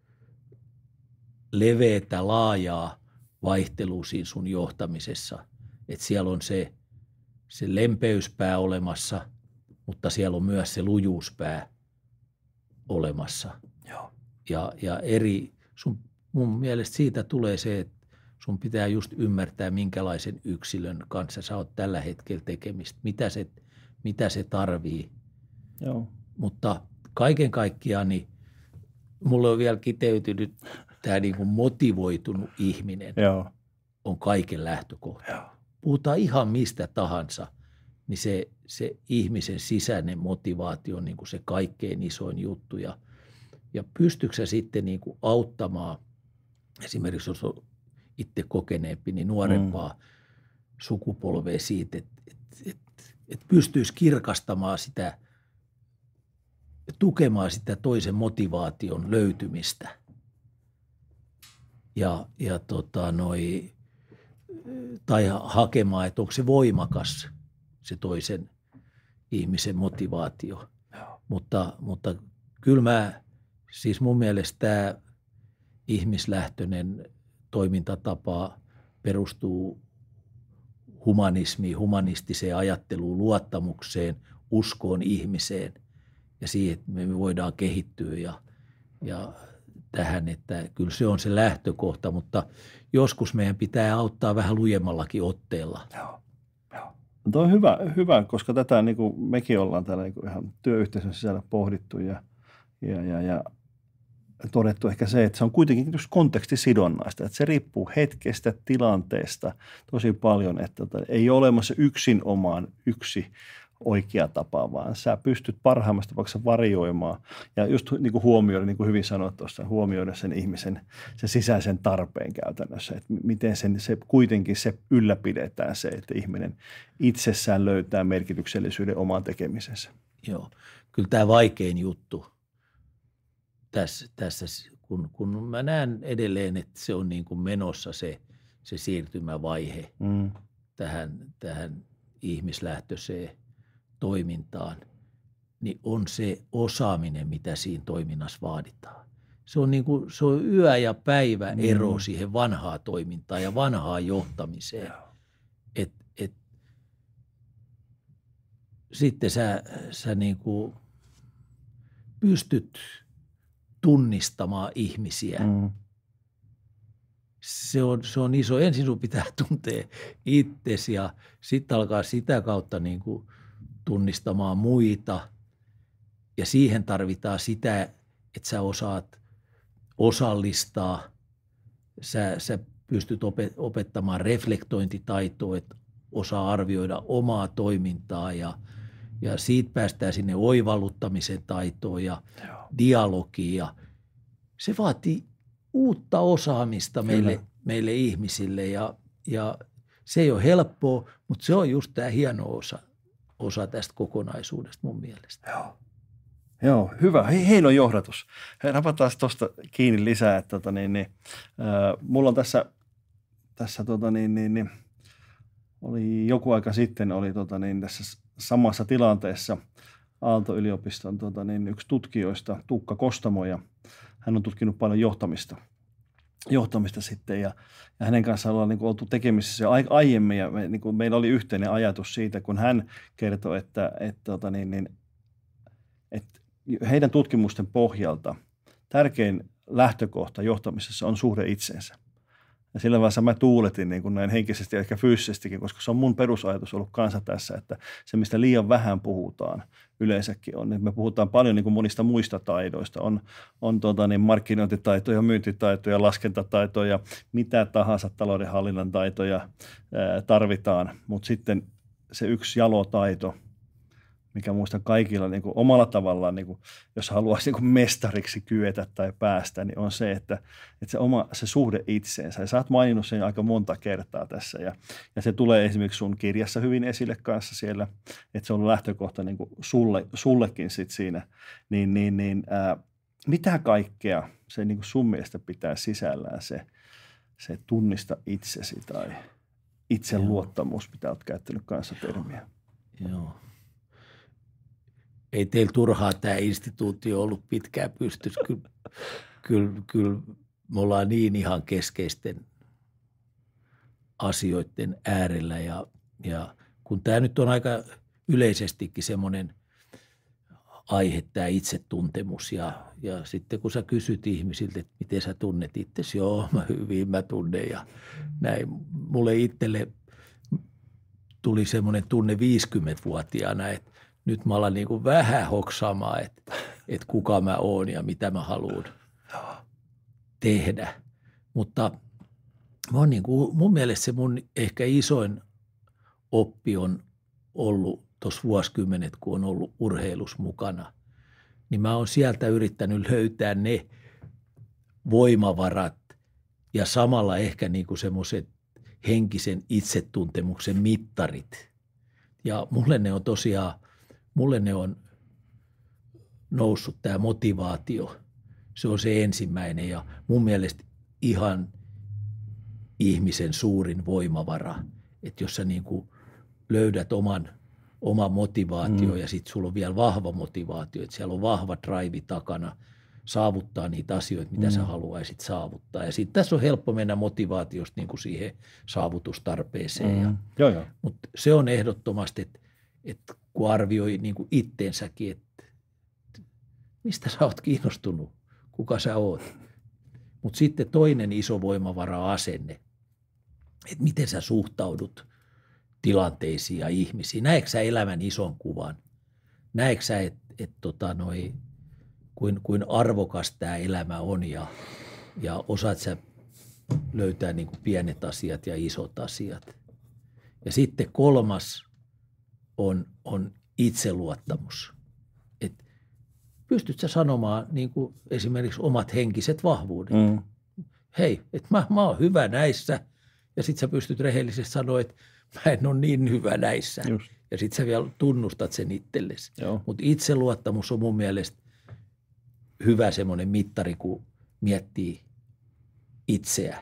leveätä, laajaa vaihtelua siinä sun johtamisessa. Että siellä on se lempeyspää olemassa, mutta siellä on myös se lujuuspää olemassa. Joo. Ja mun mielestä siitä tulee se, että sun pitää just ymmärtää, minkälaisen yksilön kanssa sä oot tällä hetkellä tekemistä, mitä se tarvii. Joo. Mutta kaiken kaikkiaan niin mulle on vielä kiteytynyt tämä niin kuin motivoitunut ihminen. Joo. On kaiken lähtökohta. Joo. Puhutaan ihan mistä tahansa, niin se ihmisen sisäinen motivaatio on niin kuin se kaikkein isoin juttu. Ja pystyykö sä sitten niin kuin auttamaan, esimerkiksi jos on itse kokeneempi, niin nuorempaa sukupolvea siitä, että pystyisi kirkastamaan sitä, tukemaan sitä toisen motivaation löytymistä. Tai hakemaan, että onko se voimakas, se toisen ihmisen motivaatio. Mutta kyllä siis mun mielestä tämä ihmislähtöinen toimintatapa perustuu humanismiin, humanistiseen ajatteluun, luottamukseen, uskoon ihmiseen ja siihen, että me voidaan kehittyä ja tähän, että kyllä se on se lähtökohta, mutta joskus meidän pitää auttaa vähän lujemmallakin otteella. Joo. Tuo on hyvä, koska tätä niin kuin mekin ollaan täällä niin kuin ihan työyhteisön sisällä pohdittu ja todettu ehkä se, että se on kuitenkin just kontekstisidonnaista, että se riippuu hetkestä, tilanteesta tosi paljon, että ei ole olemassa yksinomaan yksi oikea tapa, vaan sä pystyt parhaimmasta tapauksessa varioimaan ja just niin kuin huomioida, niin kuin hyvin sanoit tuossa, huomioida sen ihmisen sen sisäisen tarpeen käytännössä, että miten se kuitenkin se ylläpidetään se, että ihminen itsessään löytää merkityksellisyyden omaan tekemisensä. Joo, kyllä tämä vaikein juttu tässä kun mä näen edelleen, että se on niin kuin menossa se siirtymävaihe tähän ihmislähtöiseen toimintaan, niin on se osaaminen, mitä siinä toiminnassa vaaditaan. Se on yö ja päivä ero siihen vanhaan toimintaan ja vanhaan johtamiseen. Sitten sä niin kuin pystyt tunnistamaan ihmisiä. Se on iso. Ensin sun pitää tuntea itsesi ja sitten alkaa sitä kautta niin kuin tunnistamaan muita. Ja siihen tarvitaan sitä, että sä osaat osallistaa. Sä pystyt opettamaan reflektointitaitoa, että osaa arvioida omaa toimintaa ja siitä päästään sinne oivalluttamisen taitoon ja dialogiin. Se vaatii uutta osaamista meille ihmisille ja se ei ole helppoa, mutta se on just tämä hieno osa tästä kokonaisuudesta mun mielestä. Joo, hyvä. Hieno johdatus. Napataan tuosta kiinni lisää. Että, mulla on tässä oli joku aika sitten oli tässä samassa tilanteessa Aalto-yliopiston yksi tutkijoista, Tuukka Kostamo, ja hän on tutkinut paljon johtamista sitten, ja hänen kanssaan ollaan niin kuin oltu tekemisissä jo aiemmin, ja meillä oli yhteinen ajatus siitä, kun hän kertoi, että heidän tutkimusten pohjalta tärkein lähtökohta johtamisessa on suhde itseensä. Ja sillä vaiheessa mä tuuletin niin kuin näin henkisesti ja ehkä fyysisestikin, koska se on mun perusajatus ollut kanssa tässä, että se, mistä liian vähän puhutaan yleensäkin on, että me puhutaan paljon niin kuin monista muista taidoista. On markkinointitaitoja, myyntitaitoja, laskentataitoja, mitä tahansa taloudenhallinnan taitoja tarvitaan, mutta sitten se yksi jalotaito, mikä muistan kaikilla niin kuin omalla tavallaan, niin kuin, jos haluaisi niin kuin mestariksi kyetä tai päästä, niin on se, että se suhde itseensä. Ja sä oot maininnut sen aika monta kertaa tässä. Ja se tulee esimerkiksi sun kirjassa hyvin esille kanssa siellä, että se on lähtökohta niin kuin sullekin sit siinä. Mitä kaikkea se niin kuin sun mielestä pitää sisällään se tunnista itsesi tai itseluottamus, mitä oot käyttänyt kanssa termiä? Joo. Ei teillä turhaa tämä instituutio ollut pitkään pystyssä. Kyllä me ollaan niin ihan keskeisten asioiden äärellä. Ja kun tämä nyt on aika yleisestikin semmoinen aihe, tämä itsetuntemus. Ja sitten kun sä kysyt ihmisiltä, että miten sä tunnet itsesi, joo, hyvin mä tunnen. Ja näin. Mulle itselle tuli semmoinen tunne 50-vuotiaana, että nyt mä alan niin kuin vähän hoksaamaan, että kuka mä oon ja mitä mä haluan tehdä. Mutta mun mielestä se mun ehkä isoin oppi on ollut tuossa vuosikymmenet, kun on ollut urheilus mukana. Niin mä oon sieltä yrittänyt löytää ne voimavarat ja samalla ehkä niin kuin semmoiset henkisen itsetuntemuksen mittarit. Ja mulle ne on noussut tämä motivaatio. Se on se ensimmäinen ja mun mielestä ihan ihmisen suurin voimavara. Että jos sä niin kuin löydät oman motivaatio ja sitten sulla on vielä vahva motivaatio, että siellä on vahva drive takana saavuttaa niitä asioita, mitä sä haluaisit saavuttaa. Ja sitten tässä on helppo mennä motivaatiosta niin kuin siihen saavutustarpeeseen. Mutta se on ehdottomasti, että kun arvioi niin kuin itteensäkin, että mistä sä oot kiinnostunut, kuka sä oot. Mutta sitten toinen iso voimavara on asenne, että miten sä suhtaudut tilanteisiin ja ihmisiin. Näetkö sä elämän ison kuvan? Näetkö sä, että kuin arvokas tämä elämä on ja osaat sä löytää niin kuin pienet asiat ja isot asiat. Ja sitten kolmas on itseluottamus. Et pystyt sä sanomaan niin kuin esimerkiksi omat henkiset vahvuudet. Hei, että mä oon hyvä näissä. Ja sit sä pystyt rehellisesti sanoa, että mä en ole niin hyvä näissä. Just. Ja sit sä vielä tunnustat sen itsellesi. Mutta itseluottamus on mun mielestä hyvä semmoinen mittari, kun miettii itseä.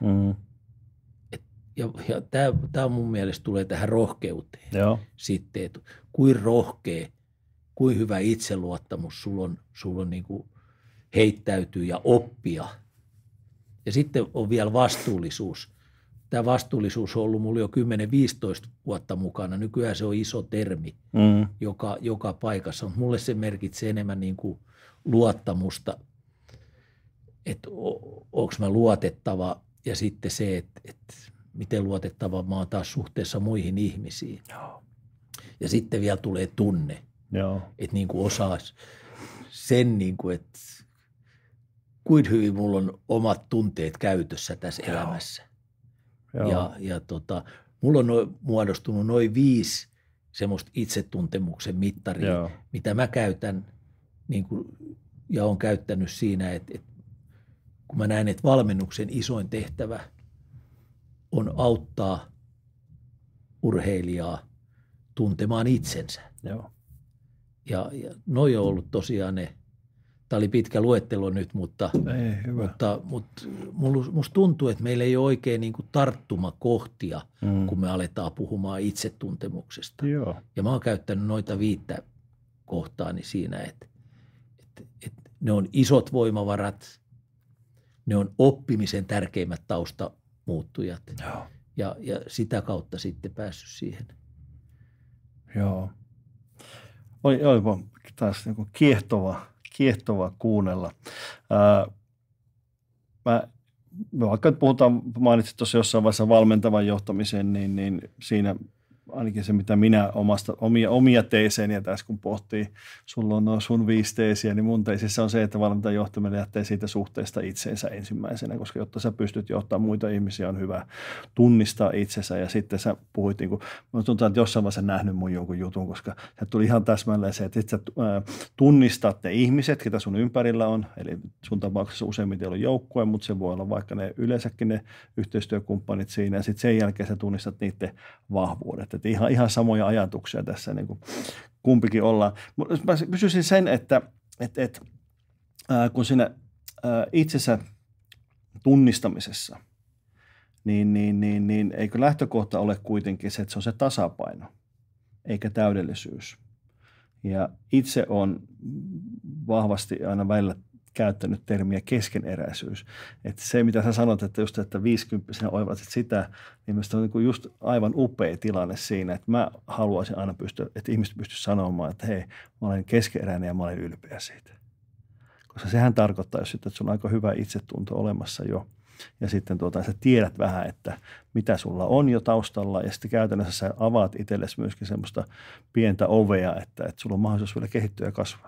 Ja tämä mun mielestä tulee tähän rohkeuteen. Sitten, että kuin rohkea, kuin hyvä itseluottamus sulla on niin kuin heittäytyy ja oppia. Ja sitten on vielä vastuullisuus. Tämä vastuullisuus on ollut mulla jo 10-15 vuotta mukana. Nykyään se on iso termi joka paikassa. Mulle se merkitsee enemmän niin kuin luottamusta, että onko mä luotettava ja sitten se, että miten luotettava mä oon taas suhteessa muihin ihmisiin. Ja sitten vielä tulee tunne, että niin kuin osaisi sen, niin kuin, että kuinka hyvin mulla on omat tunteet käytössä tässä elämässä. Ja mulla on muodostunut noin 5 semmoista itsetuntemuksen mittaria, mitä mä käytän niin kuin, ja olen käyttänyt siinä, että kun mä näen, että valmennuksen isoin tehtävä on auttaa urheilijaa tuntemaan itsensä. Ja noi on ollut tosiaan ne, tämä oli pitkä luettelo nyt, mutta musta tuntuu, että meillä ei ole oikein niin kuin tarttumakohtia, kun me aletaan puhumaan itsetuntemuksesta. Ja mä oon käyttänyt noita 5 kohtaani siinä, että ne on isot voimavarat, ne on oppimisen tärkeimmät taustamuuttujat ja sitä kautta sitten päässyt siihen. Oli taas niin kuin kiehtova kuunnella. Vaikka puhutaan, mainitsit tuossa jossain vaiheessa valmentavan johtamisen, niin siinä ainakin se, mitä minä omia teisejä tässä kun pohtii, sulla on sun 5 teesiä, niin mun teisissä on se, että valmentajan johtaminen lähtee siitä suhteesta itseensä ensimmäisenä, koska jotta sä pystyt johtamaan muita ihmisiä, on hyvä tunnistaa itsensä. Ja sitten sä puhuit, niin kuin, minusta tuntuu, että jossain vaiheessa nähnyt mun jonkun jutun, koska se tuli ihan täsmälleen se, että sä tunnistat ne ihmiset, ketä sun ympärillä on, eli sun tapauksessa useimmiten on joukkue, mutta se voi olla vaikka ne yleensäkin ne yhteistyökumppanit siinä, ja sitten sen jälkeen sä tunnistat niiden vahvuudet. Että ihan samoja ajatuksia tässä niin kuin kumpikin ollaan. Mä kysyisin sen, että kun siinä itsensä tunnistamisessa, niin eikö lähtökohta ole kuitenkin se, että se on se tasapaino, eikä täydellisyys. Ja itse on vahvasti aina välillä käyttänyt termiä keskeneräisyys. Että se, mitä sä sanot, että just, että 50-vuotiaana oivallat sitä, niin mielestäni on niin just aivan upea tilanne siinä, että mä haluaisin aina että ihmiset pystyisivät sanomaan, että hei, mä olen keskeneräinen ja mä olen ylpeä siitä. Koska sehän tarkoittaa, että sulla on aika hyvä itsetunto olemassa jo. Ja sitten sä tiedät vähän, että mitä sulla on jo taustalla, ja sitten käytännössä sä avaat itsellesi myöskin semmoista pientä ovea, että sulla on mahdollisuus vielä kehittyä ja kasvaa.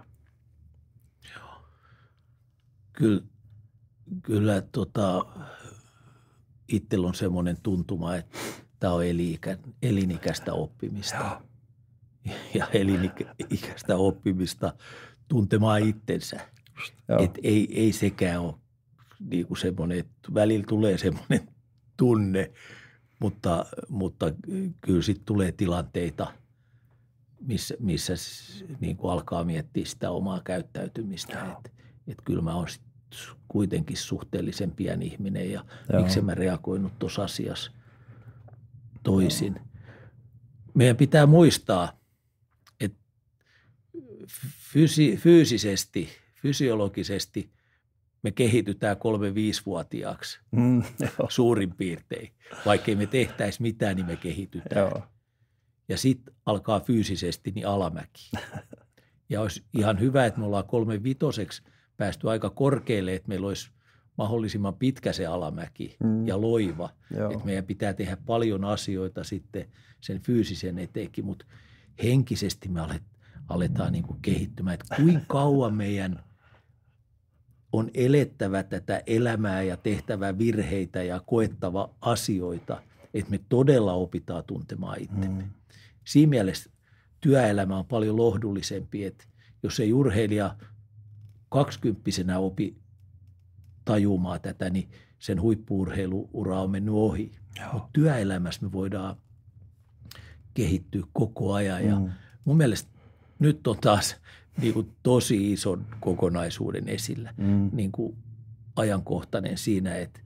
Kyllä itsellä on semmoinen tuntuma, että tämä on elinikäistä oppimista. Ja elinikäistä oppimista tuntemaan itsensä. Et ei sekään ole niinku semmoinen, että välillä tulee semmoinen tunne, mutta kyllä sitten tulee tilanteita, missä niinku alkaa miettiä sitä omaa käyttäytymistä. Että kyllä mä oon kuitenkin suhteellisen pieni ihminen ja miksi mä reagoinut tuossa asiassa toisin. Meidän pitää muistaa, että fysiologisesti me kehitytään 3-5-vuotiaaksi suurin piirtein. Vaikkei me tehtäisi mitään, niin me kehitytään. Ja sitten alkaa fyysisesti niin alamäki. Ja olisi ihan hyvä, että me ollaan 3-5 päästy aika korkealle, että meillä olisi mahdollisimman pitkä se alamäki ja loiva. Että meidän pitää tehdä paljon asioita sitten sen fyysisen eteenkin, mutta henkisesti me aletaan niin kuin kehittymään. Että kuinka kauan meidän on elettävä tätä elämää ja tehtävä virheitä ja koettava asioita, että me todella opitaan tuntemaan itsemme. Siinä mielessä työelämä on paljon lohdullisempi, että jos ei urheilija 20-vuotiaana opi tajumaan tätä, niin sen huippu-urheiluura on mennyt ohi. Mutta työelämässä me voidaan kehittyä koko ajan ja mun mielestä nyt on taas niin kuin tosi ison kokonaisuuden esillä, niin kuin ajankohtainen siinä, että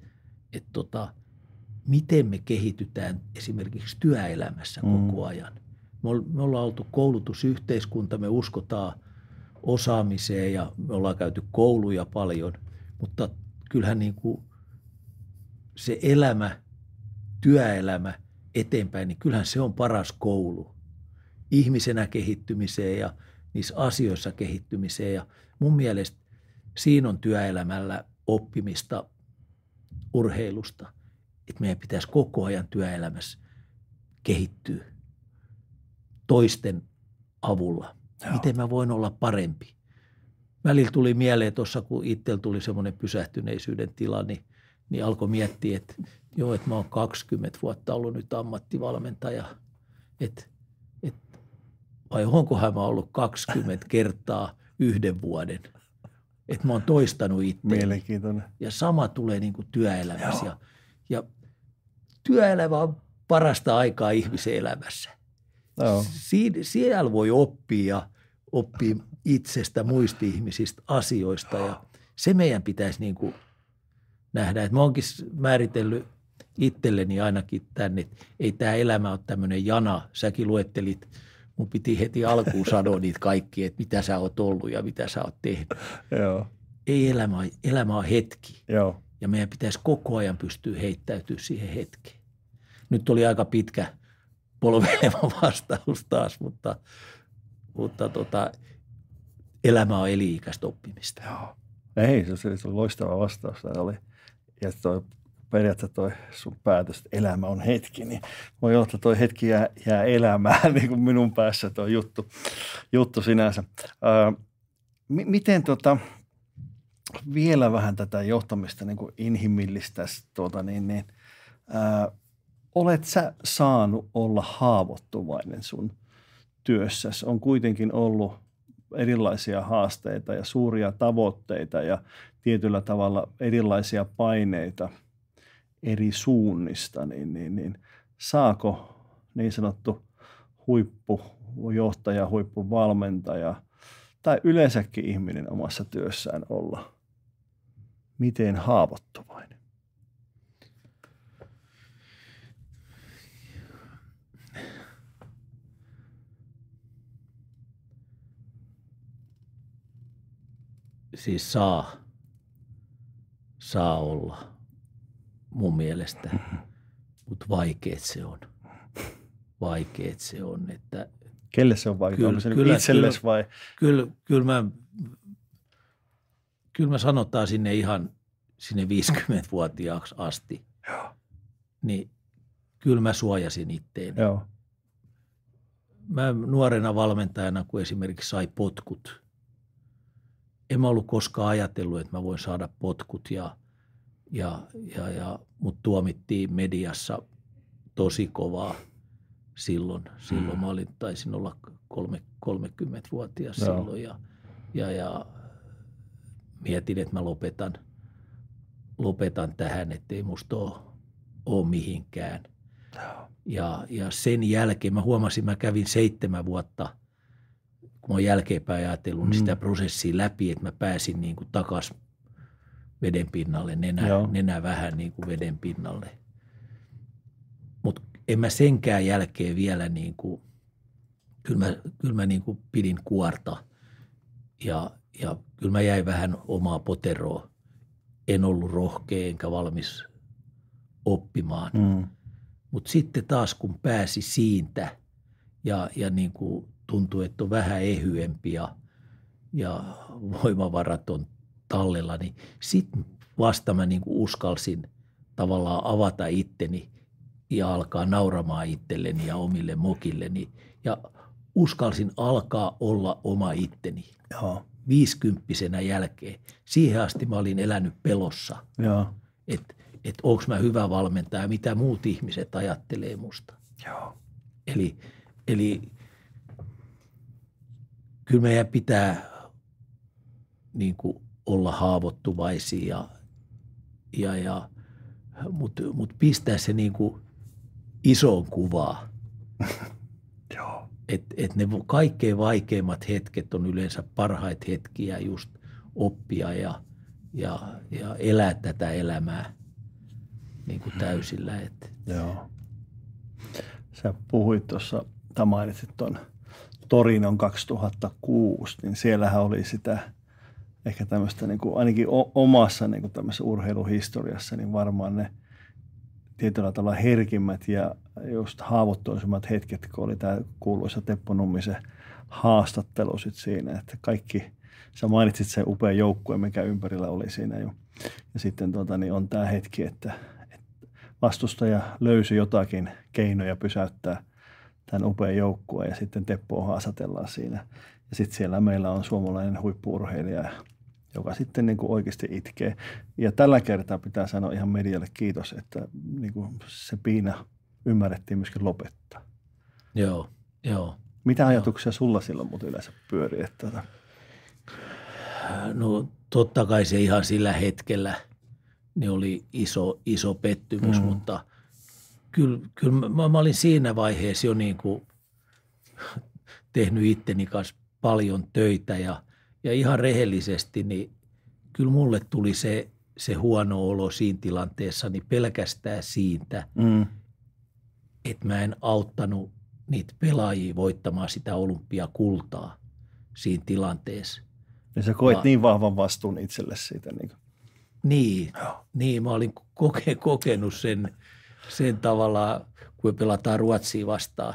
miten me kehitytään esimerkiksi työelämässä koko ajan. Me ollaan oltu koulutusyhteiskunta, me uskotaan osaamiseen ja me ollaan käyty kouluja paljon, mutta kyllähän niin kuin se elämä, työelämä eteenpäin, niin kyllähän se on paras koulu ihmisenä kehittymiseen ja niissä asioissa kehittymiseen. Ja mun mielestä siinä on työelämällä oppimista urheilusta, että meidän pitäisi koko ajan työelämässä kehittyä toisten avulla. Joo. Miten mä voin olla parempi? Välillä tuli mieleen tuossa, kun itsellä tuli semmoinen pysähtyneisyyden tila, niin alkoi miettiä, että mä oon 20 vuotta ollut nyt ammattivalmentaja, vai onkohan mä ollut 20 kertaa 1 vuoden, että mä oon toistanut itseäni. Mielenkiintoinen. Ja sama tulee niin kuin työelämässä. Ja työelämä on parasta aikaa ihmisen elämässä. Joo. Siellä voi oppia itsestä, muista ihmisistä, asioista ja se meidän pitäisi niin kuin nähdä. Että mä oonkin määritellyt itselleni ainakin tänne, että ei tämä elämä ole tämmöinen jana. Säkin luettelit, mun piti heti alkuun sanoa niitä kaikkia, että mitä sä oot ollut ja mitä sä oot tehnyt. Joo. Ei elämä on hetki. Joo. Ja meidän pitäisi koko ajan pystyä heittäytyä siihen hetkeen. Nyt oli aika pitkä polveileva vastaus taas, mutta elämä on eli-ikäistä oppimista. Joo. Ei, se oli loistava vastaus. Oli. Ja periaatteessa toi sun päätös, että elämä on hetki, niin voi olla, että toi hetki jää elämään niin kuin minun päässä tuo juttu sinänsä. Miten vielä vähän tätä johtamista niin kuin inhimillistäisi, olet sä saanut olla haavoittuvainen sun työssäsi? On kuitenkin ollut erilaisia haasteita ja suuria tavoitteita ja tietyllä tavalla erilaisia paineita eri suunnista, niin saako niin sanottu huippujohtaja, huippuvalmentaja tai yleensäkin ihminen omassa työssään olla miten haavoittuvainen? Siis saa olla mun mielestä, mutta vaikeet se on. Että kelle se on vaikeaa? Onko se itsellesi vai? Kyllä mä sanotaan sinne ihan sinne 50-vuotiaaksi asti. Joo. Niin kyllä mä suojasin itteeni. Joo. Mä nuorena valmentajana, kun esimerkiksi sai potkut, en mä ollut koskaan ajatellut, että mä voin saada potkut ja mut tuomittiin mediassa tosi kovaa silloin. Mä taisin olla 30-vuotias silloin ja mietin, että mä lopetan tähän, ettei musta ole mihinkään. Ja sen jälkeen mä huomasin, mä kävin 7 vuotta, kun mä oon jälkeenpäin ajatellut niin sitä prosessia läpi, että mä pääsin niin kuin takaisin veden pinnalle, nenä vähän niin kuin veden pinnalle. Mutta en mä senkään jälkeen vielä, niin kuin, kyllä mä niin kuin pidin kuorta ja kyllä mä jäin vähän omaa poteroa. En ollut rohkea enkä valmis oppimaan. Mutta sitten taas kun pääsi siitä ja niin kuin tuntui, että on vähän ehyempi ja voimavarat on tallella, niin sitten vasta mä niin kuin uskalsin tavallaan avata itteni ja alkaa nauramaan itselleni ja omille mokilleni ja uskalsin alkaa olla oma itteni. Joo. 50-vuotiaana jälkeen. Siihen asti mä olin elänyt pelossa, että onko mä hyvä valmentaja, mitä muut ihmiset ajattelee musta. Joo. Eli kyllä meidän pitää niin kuin olla haavoittuvaisia, mutta pistää se niin kuin isoon kuvaan. Joo. Et ne kaikkein vaikeimmat hetket on yleensä parhaita hetkiä just oppia ja elää tätä elämää niin kuin täysillä. Joo. Sä puhuit tuossa, tai mainitsit tuon Torinon 2006, niin siellähän oli sitä ehkä tämmöistä niin kuin ainakin omassa niin kuin tämmöisessä urheiluhistoriassa, niin varmaan ne tietyllä tavalla herkimmät ja just haavoittuisimmat hetket, kun oli tämä kuuluisa Teppo Nummisen haastattelu sit siinä, että kaikki, sä mainitsit sen upean joukkueen, mikä ympärillä oli siinä jo. Ja sitten niin on tämä hetki, että vastustaja löysi jotakin keinoja pysäyttää tämän upean joukkueen ja sitten Teppoa haastatellaan siinä. Ja sitten siellä meillä on suomalainen huippu-urheilija, joka sitten niin kuin oikeasti itkee. Ja tällä kertaa pitää sanoa ihan medialle kiitos, että niin kuin se piina ymmärrettiin myöskin lopettaa. Joo. Mitä ajatuksia sulla silloin mutta yleensä pyörii? No totta kai se ihan sillä hetkellä ne oli iso pettymys, mutta kyllä mä olin siinä vaiheessa jo niin kuin tehnyt itteni kanssa paljon töitä ja ihan rehellisesti, niin kyllä mulle tuli se huono olo siinä tilanteessa niin pelkästään siitä, että mä en auttanut niitä pelaajia voittamaan sitä olympiakultaa siinä tilanteessa. Ja sä koet niin vahvan vastuun itselle siitä. Niin, mä olin kokenut sen tavallaan, kun me pelataan Ruotsia vastaan.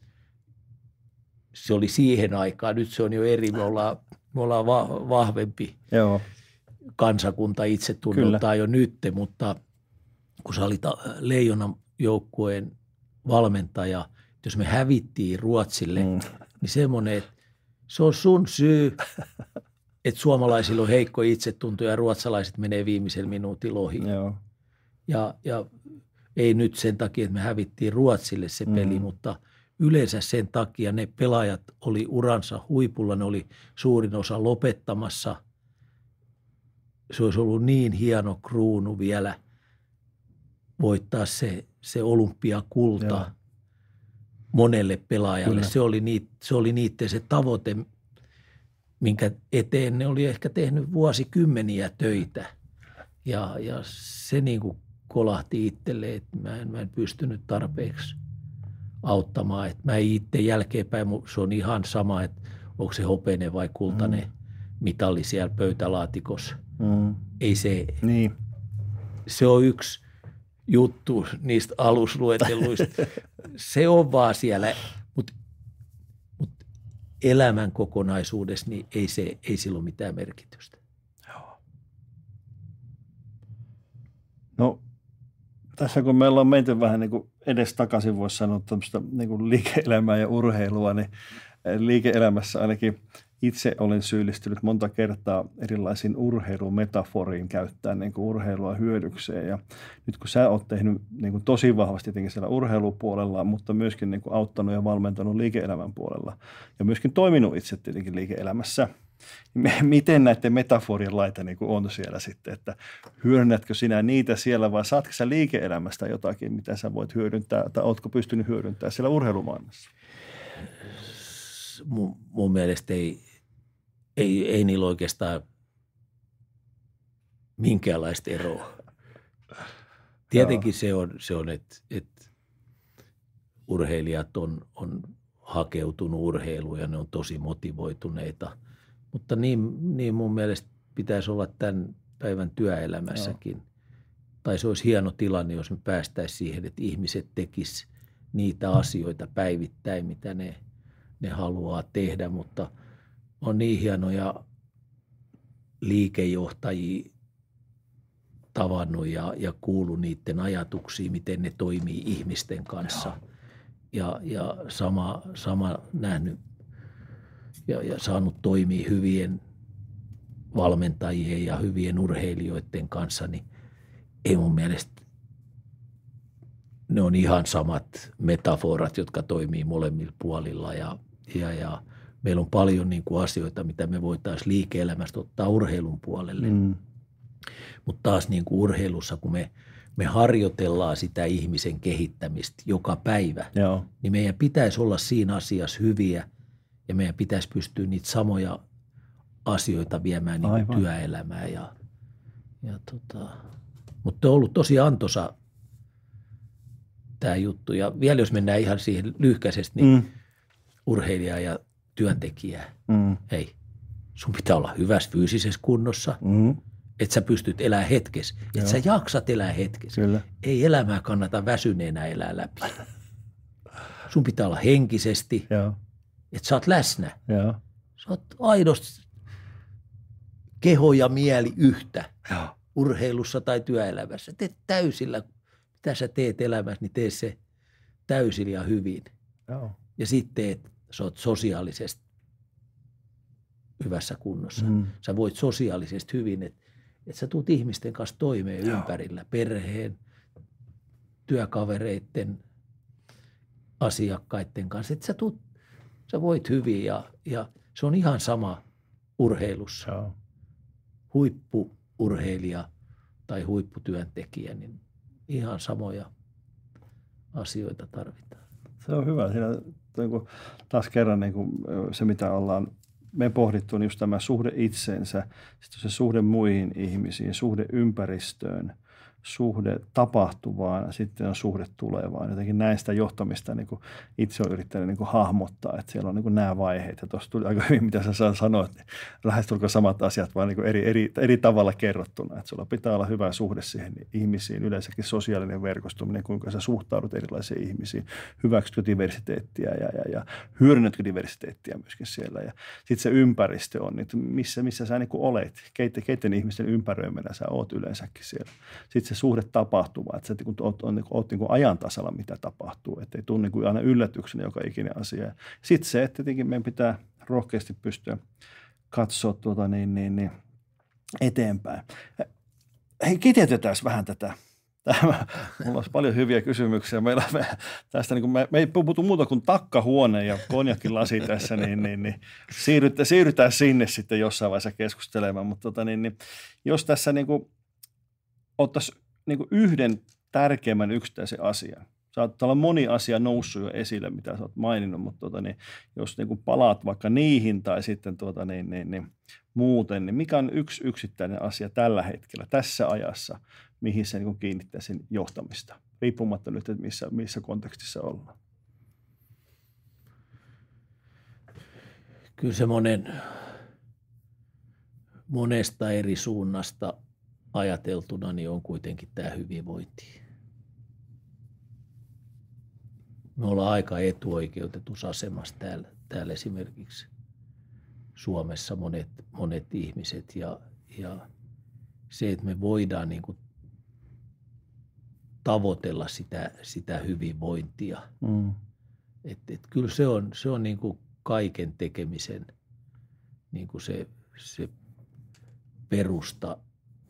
Se oli siihen aikaan, nyt se on jo eri, me ollaan vahvempi kansakunta itsetunnoltaan jo nyt, mutta kun sä olit Leijonan joukkueen valmentaja, jos me hävittiin Ruotsille, niin semmoinen, että se on sun syy, että suomalaisilla on heikko itsetunto ja ruotsalaiset menee viimeisellä minuutilla ohi. Ja ei nyt sen takia, että me hävittiin Ruotsille se peli, mutta yleensä sen takia ne pelaajat oli uransa huipulla, ne oli suurin osa lopettamassa. Se olisi ollut niin hieno kruunu vielä voittaa se olympiakulta monelle pelaajalle. Se oli niiden se tavoite, minkä eteen ne oli ehkä tehnyt vuosikymmeniä töitä. Ja se niin kuin kolahti itselleen, että mä en pystynyt tarpeeksi auttamaan. Että mä itse jälkeenpäin, se on ihan sama, että onko se hopeinen vai kultainen mitalli siellä pöytälaatikossa. Ei se, se on yksi juttu niistä aluslueteluista. Se on vaan siellä, mutta elämän kokonaisuudessa niin ei sillä ole mitään merkitystä. No tässä kun meillä on menty vähän niin kuin edestakaisin, voisi sanoa tämmöistä niin kuin liike-elämää ja urheilua, niin liike-elämässä ainakin itse olen syyllistynyt monta kertaa erilaisiin urheilumetaforiin käyttää niin kuin urheilua hyödykseen. Ja nyt kun sä oot tehnyt niin kuin tosi vahvasti tietenkin siellä urheilupuolella, mutta myöskin niin kuin auttanut ja valmentanut liike-elämän puolella ja myöskin toiminut itse tietenkin liike-elämässä, miten näiden metaforien laita niin kuin on siellä sitten, että hyödynnätkö sinä niitä siellä vai saatko sä liike-elämästä jotakin, mitä sä voit hyödyntää tai ootko pystynyt hyödyntämään siellä urheilumaailmassa? Mun mielestä ei niillä oikeastaan minkäänlaista eroa. Tietenkin se on että urheilijat on hakeutunut urheiluun ja ne on tosi motivoituneita. Mutta niin mun mielestä pitäisi olla tämän päivän työelämässäkin. Tai se olisi hieno tilanne, jos me päästäisiin siihen, että ihmiset tekisivät niitä asioita päivittäin, mitä ne haluaa tehdä. Mutta on niin hienoja liikejohtajia tavannut ja kuullut niiden ajatuksia, miten ne toimii ihmisten kanssa. Ja sama nähnyt ja saanut toimia hyvien valmentajien ja hyvien urheilijoiden kanssa, niin ei mun mielestä ne on ihan samat metaforat, jotka toimii molemmilla puolilla ja meillä on paljon niin kuin asioita, mitä me voitaisiin liike-elämästä ottaa urheilun puolelle. Mutta taas niin kuin urheilussa, kun me harjoitellaan sitä ihmisen kehittämistä joka päivä, niin meidän pitäisi olla siinä asiassa hyviä ja meidän pitäisi pystyä niitä samoja asioita viemään niin kuin työelämään. Mutta on ollut tosi antoisa tämä juttu. Ja vielä jos mennään ihan siihen lyhkäisesti, niin urheilija ja työntekijä. Hei, sun pitää olla hyvässä fyysisessä kunnossa, että sä pystyt elämään hetkessä, että sä jaksat elää hetkessä. Kyllä. Ei elämää kannata väsyneenä elää läpi. Sun pitää olla henkisesti, että sä oot läsnä. Sä oot aidosti keho ja mieli yhtä urheilussa tai työelämässä. Teet täysillä, mitä sä teet elämässä, niin tee se täysillä ja hyvin. Ja sitten sä oot sosiaalisesti hyvässä kunnossa. Sä voit sosiaalisesti hyvin, että sä tuut ihmisten kanssa toimeen ympärillä, perheen, työkavereiden, asiakkaiden kanssa. Että sä voit hyvin ja se on ihan sama urheilussa. Huippu-urheilija tai huipputyöntekijä, niin ihan samoja asioita tarvitaan. Se on hyvä. Siinä taas kerran niin kuin se, mitä ollaan me pohdittu, on just tämä suhde itseensä, sitten se suhde muihin ihmisiin, suhde ympäristöön, suhde tapahtuvaan, sitten on suhde tulevaan. Jotenkin näistä johtamista niin kuin itse olen yrittänyt niin kuin hahmottaa, että siellä on niin kuin nämä vaiheet. Ja tuossa tuli aika hyvin, mitä sä sanoit, niin lähestulkoon samat asiat, vaan niin kuin eri tavalla kerrottuna. Että sulla pitää olla hyvä suhde siihen ihmisiin, yleensäkin sosiaalinen verkostuminen, kuinka sä suhtaudut erilaisiin ihmisiin, hyväksytkö diversiteettiä ja hyödynnätkö diversiteettiä myöskin siellä. Ja sitten se ympäristö on, että missä sä niin kuin olet, keiden ihmisten ympäröimänä sä oot yleensäkin siellä. Sitten se suhde tapahtuma, että sä oot niin kuin ajan tasalla, mitä tapahtuu, ettei tule niin kuin aina yllätyksenä joka ikinen asia. Sitten se, että tietenkin meidän pitää rohkeasti pystyä katsoa eteenpäin. Hei, kiteytetään vähän tätä. Mulla olisi paljon hyviä kysymyksiä. Tästä niin kuin me ei puhuta muuta kuin takkahuone ja konjakkilasi tässä, niin siirrytään sinne sitten jossain vaiheessa keskustelemaan. Mutta jos tässä niin kuin ottaisiin niin kuin yhden tärkeimmän yksittäisen asian. Saattaa olla moni asia noussut jo esille, mitä sä oot maininnut, mutta jos niin kuin palaat vaikka niihin tai sitten muuten, niin mikä on yksi yksittäinen asia tällä hetkellä, tässä ajassa, mihin se niin kiinnittäisi johtamista, riippumatta nyt, että missä kontekstissa ollaan? Kyllä se monesta eri suunnasta ajateltuna niin on kuitenkin tämä hyvinvointi. Me ollaan aika etuoikeutetussa asemassa täällä esimerkiksi Suomessa monet ihmiset ja se, että me voidaan niin kuin tavoitella sitä hyvinvointia. Et kyllä se on niin kuin kaiken tekemisen niin kuin se perusta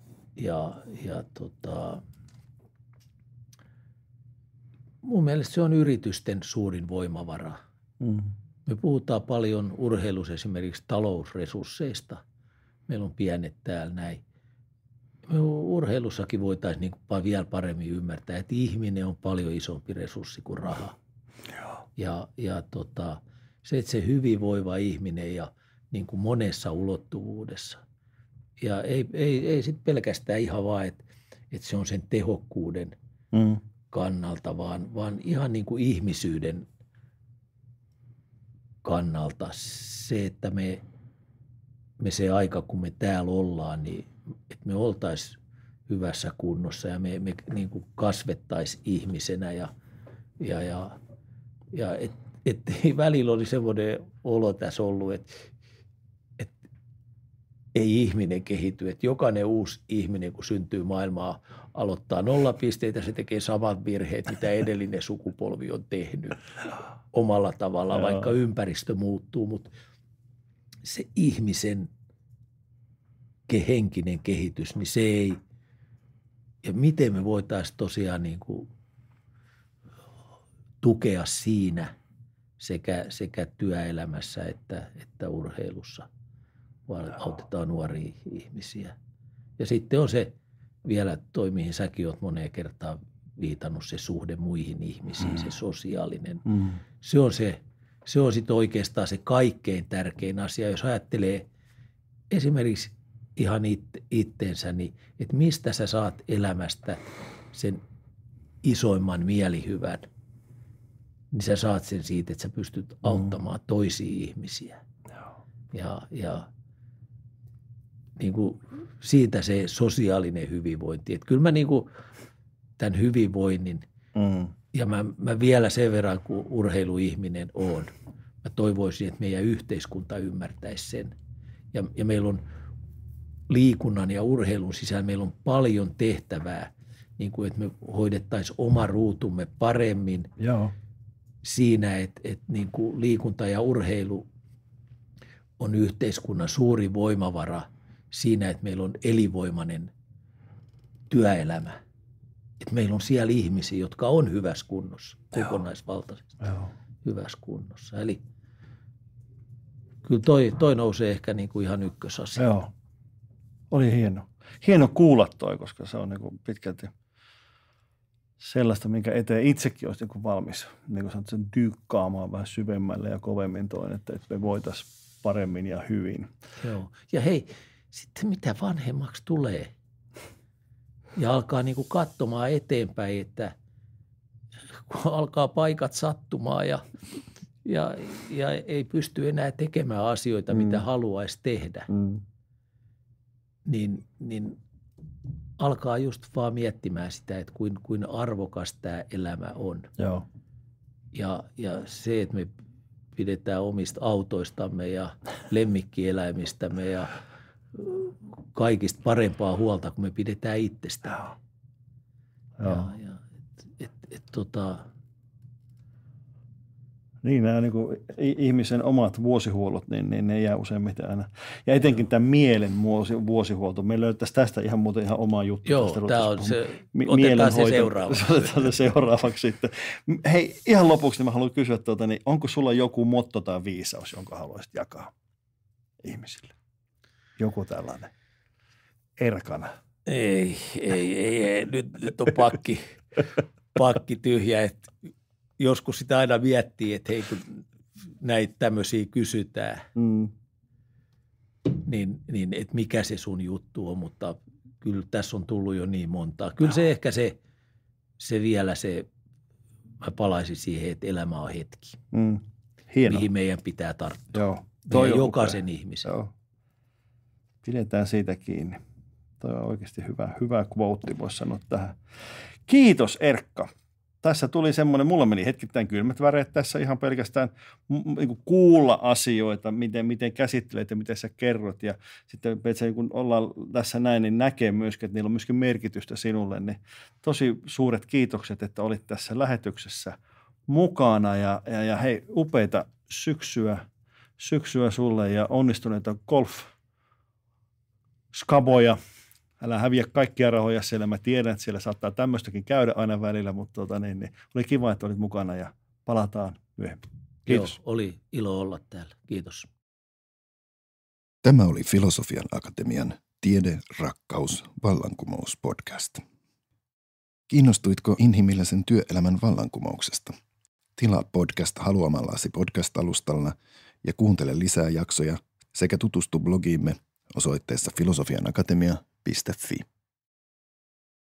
mun mielestä se on yritysten suurin voimavara. Me puhutaan paljon urheilussa esimerkiksi talousresursseista. Meillä on pienet täällä näin. Me urheilussakin voitaisiin niin kuin vielä paremmin ymmärtää, että ihminen on paljon isompi resurssi kuin raha. Se, että se hyvinvoiva ihminen ja niin kuin monessa ulottuvuudessa. Ja ei sitten pelkästään ihan vaan, että se on sen tehokkuuden kannalta, vaan ihan niin kuin ihmisyyden kannalta. Se, että me se aika, kun me täällä ollaan, niin että me oltaisiin hyvässä kunnossa ja me niin kuin kasvettaisiin ihmisenä ja ei välillä oli semmoinen olo tässä ollut, että ei ihminen kehity, että jokainen uusi ihminen, kun syntyy maailmaa, aloittaa 0 pisteitä, se tekee samat virheet, mitä edellinen sukupolvi on tehnyt omalla tavallaan, vaikka ympäristö muuttuu, mutta se ihmisen henkinen kehitys, niin se ei, ja miten me voitaisiin tosiaan niin kuin tukea siinä sekä työelämässä että urheilussa, vaan autetaan nuoria ihmisiä. Ja sitten on se vielä toi, mihin säkin olet moneen kertaan viitannut, se suhde muihin ihmisiin, se sosiaalinen. Se on sitten oikeastaan se kaikkein tärkein asia, jos ajattelee esimerkiksi ihan itteensä, niin että mistä sä saat elämästä sen isoimman mielihyvän, niin sä saat sen siitä, että sä pystyt auttamaan toisia ihmisiä. Ja niin kuin siitä se sosiaalinen hyvinvointi. Että kyllä mä niin kuin tämän hyvinvoinnin, ja mä vielä sen verran, kun urheiluihminen on, mä toivoisin, että meidän yhteiskunta ymmärtäisi sen. Ja meillä on liikunnan ja urheilun sisällä, meillä on paljon tehtävää, niin kuin, että me hoidettaisiin oma ruutumme paremmin. Joo. Siinä, että niin kuin liikunta ja urheilu on yhteiskunnan suuri voimavara siinä, että meillä on elinvoimainen työelämä. Että meillä on siellä ihmisiä, jotka on hyvässä kunnossa, kokonaisvaltaisesti hyvässä kunnossa. Eli kyllä toi nousee ehkä niin kuin ihan ykkösasia. Joo, oli hieno. Hieno kuulla toi, koska se on niin kuin pitkälti sellaista, minkä eteen itsekin olisi niin kuin valmis niin kuin sanot, sen tyykkaamaan vähän syvemmälle ja kovemmin toin, että me voitaisiin paremmin ja hyvin. Joo. Ja hei, sitten mitä vanhemmaksi tulee ja alkaa niin kuin katsomaan eteenpäin, että kun alkaa paikat sattumaan ja ei pysty enää tekemään asioita, mitä haluaisi tehdä, niin alkaa just vaan miettimään sitä, että kuin arvokas tämä elämä on. Joo. Ja se, että me pidetään omista autoistamme ja lemmikkieläimistämme ja kaikista parempaa huolta, kun me pidetään itsestämme. Niin, nämä niin kuin ihmisen omat vuosihuollot, niin ne jää useimmiten aina. Ja etenkin tämä mielen vuosihuolto. Meillä löytäisi tästä ihan muuten ihan oma juttu. Joo, tämä on se. Otetaan se seuraavaksi. Otetaan se seuraavaksi sitten. Hei, ihan lopuksi niin mä haluan kysyä, niin onko sulla joku motto tai viisaus, jonka haluaisit jakaa ihmisille? Joku tällainen. Erkana. Ei. Nyt on pakki tyhjä, että joskus sitä aina miettii, että hei, kun näitä tämmöisiä kysytään, niin että mikä se sun juttu on, mutta kyllä tässä on tullut jo niin montaa. Kyllä se ehkä se vielä mä palaisin siihen, että elämä on hetki, mihin meidän pitää tarttua. Joo. Jokaisen ihmisen. Joo. Pidetään siitä kiinni. Toi on oikeasti hyvä quote, voisi sanoa tähän. Kiitos Erkka. Tässä tuli semmoinen, mulla meni hetkittäin kylmät väreet tässä ihan pelkästään niin kuulla asioita, miten käsittelet ja miten sä kerrot. Ja sitten kun ollaan tässä näin, niin näkee myöskin, että niillä on myöskin merkitystä sinulle. Niin tosi suuret kiitokset, että olit tässä lähetyksessä mukana. Ja hei, upeita syksyä sulle ja onnistuneita golf-skaboja. Älä häviä kaikkia rahoja siellä. Mä tiedän, että siellä saattaa tämmöistäkin käydä aina välillä, mutta oli kiva, että olit mukana ja palataan myöhemmin. Kiitos. Joo, oli ilo olla täällä. Kiitos. Tämä oli Filosofian Akatemian Tiede, rakkaus, vallankumous podcast. Kiinnostuitko inhimillisen työelämän vallankumouksesta? Tilaa podcast haluamallasi podcast-alustalla ja kuuntele lisää jaksoja sekä tutustu blogiimme osoitteessa filosofianakatemia.fi.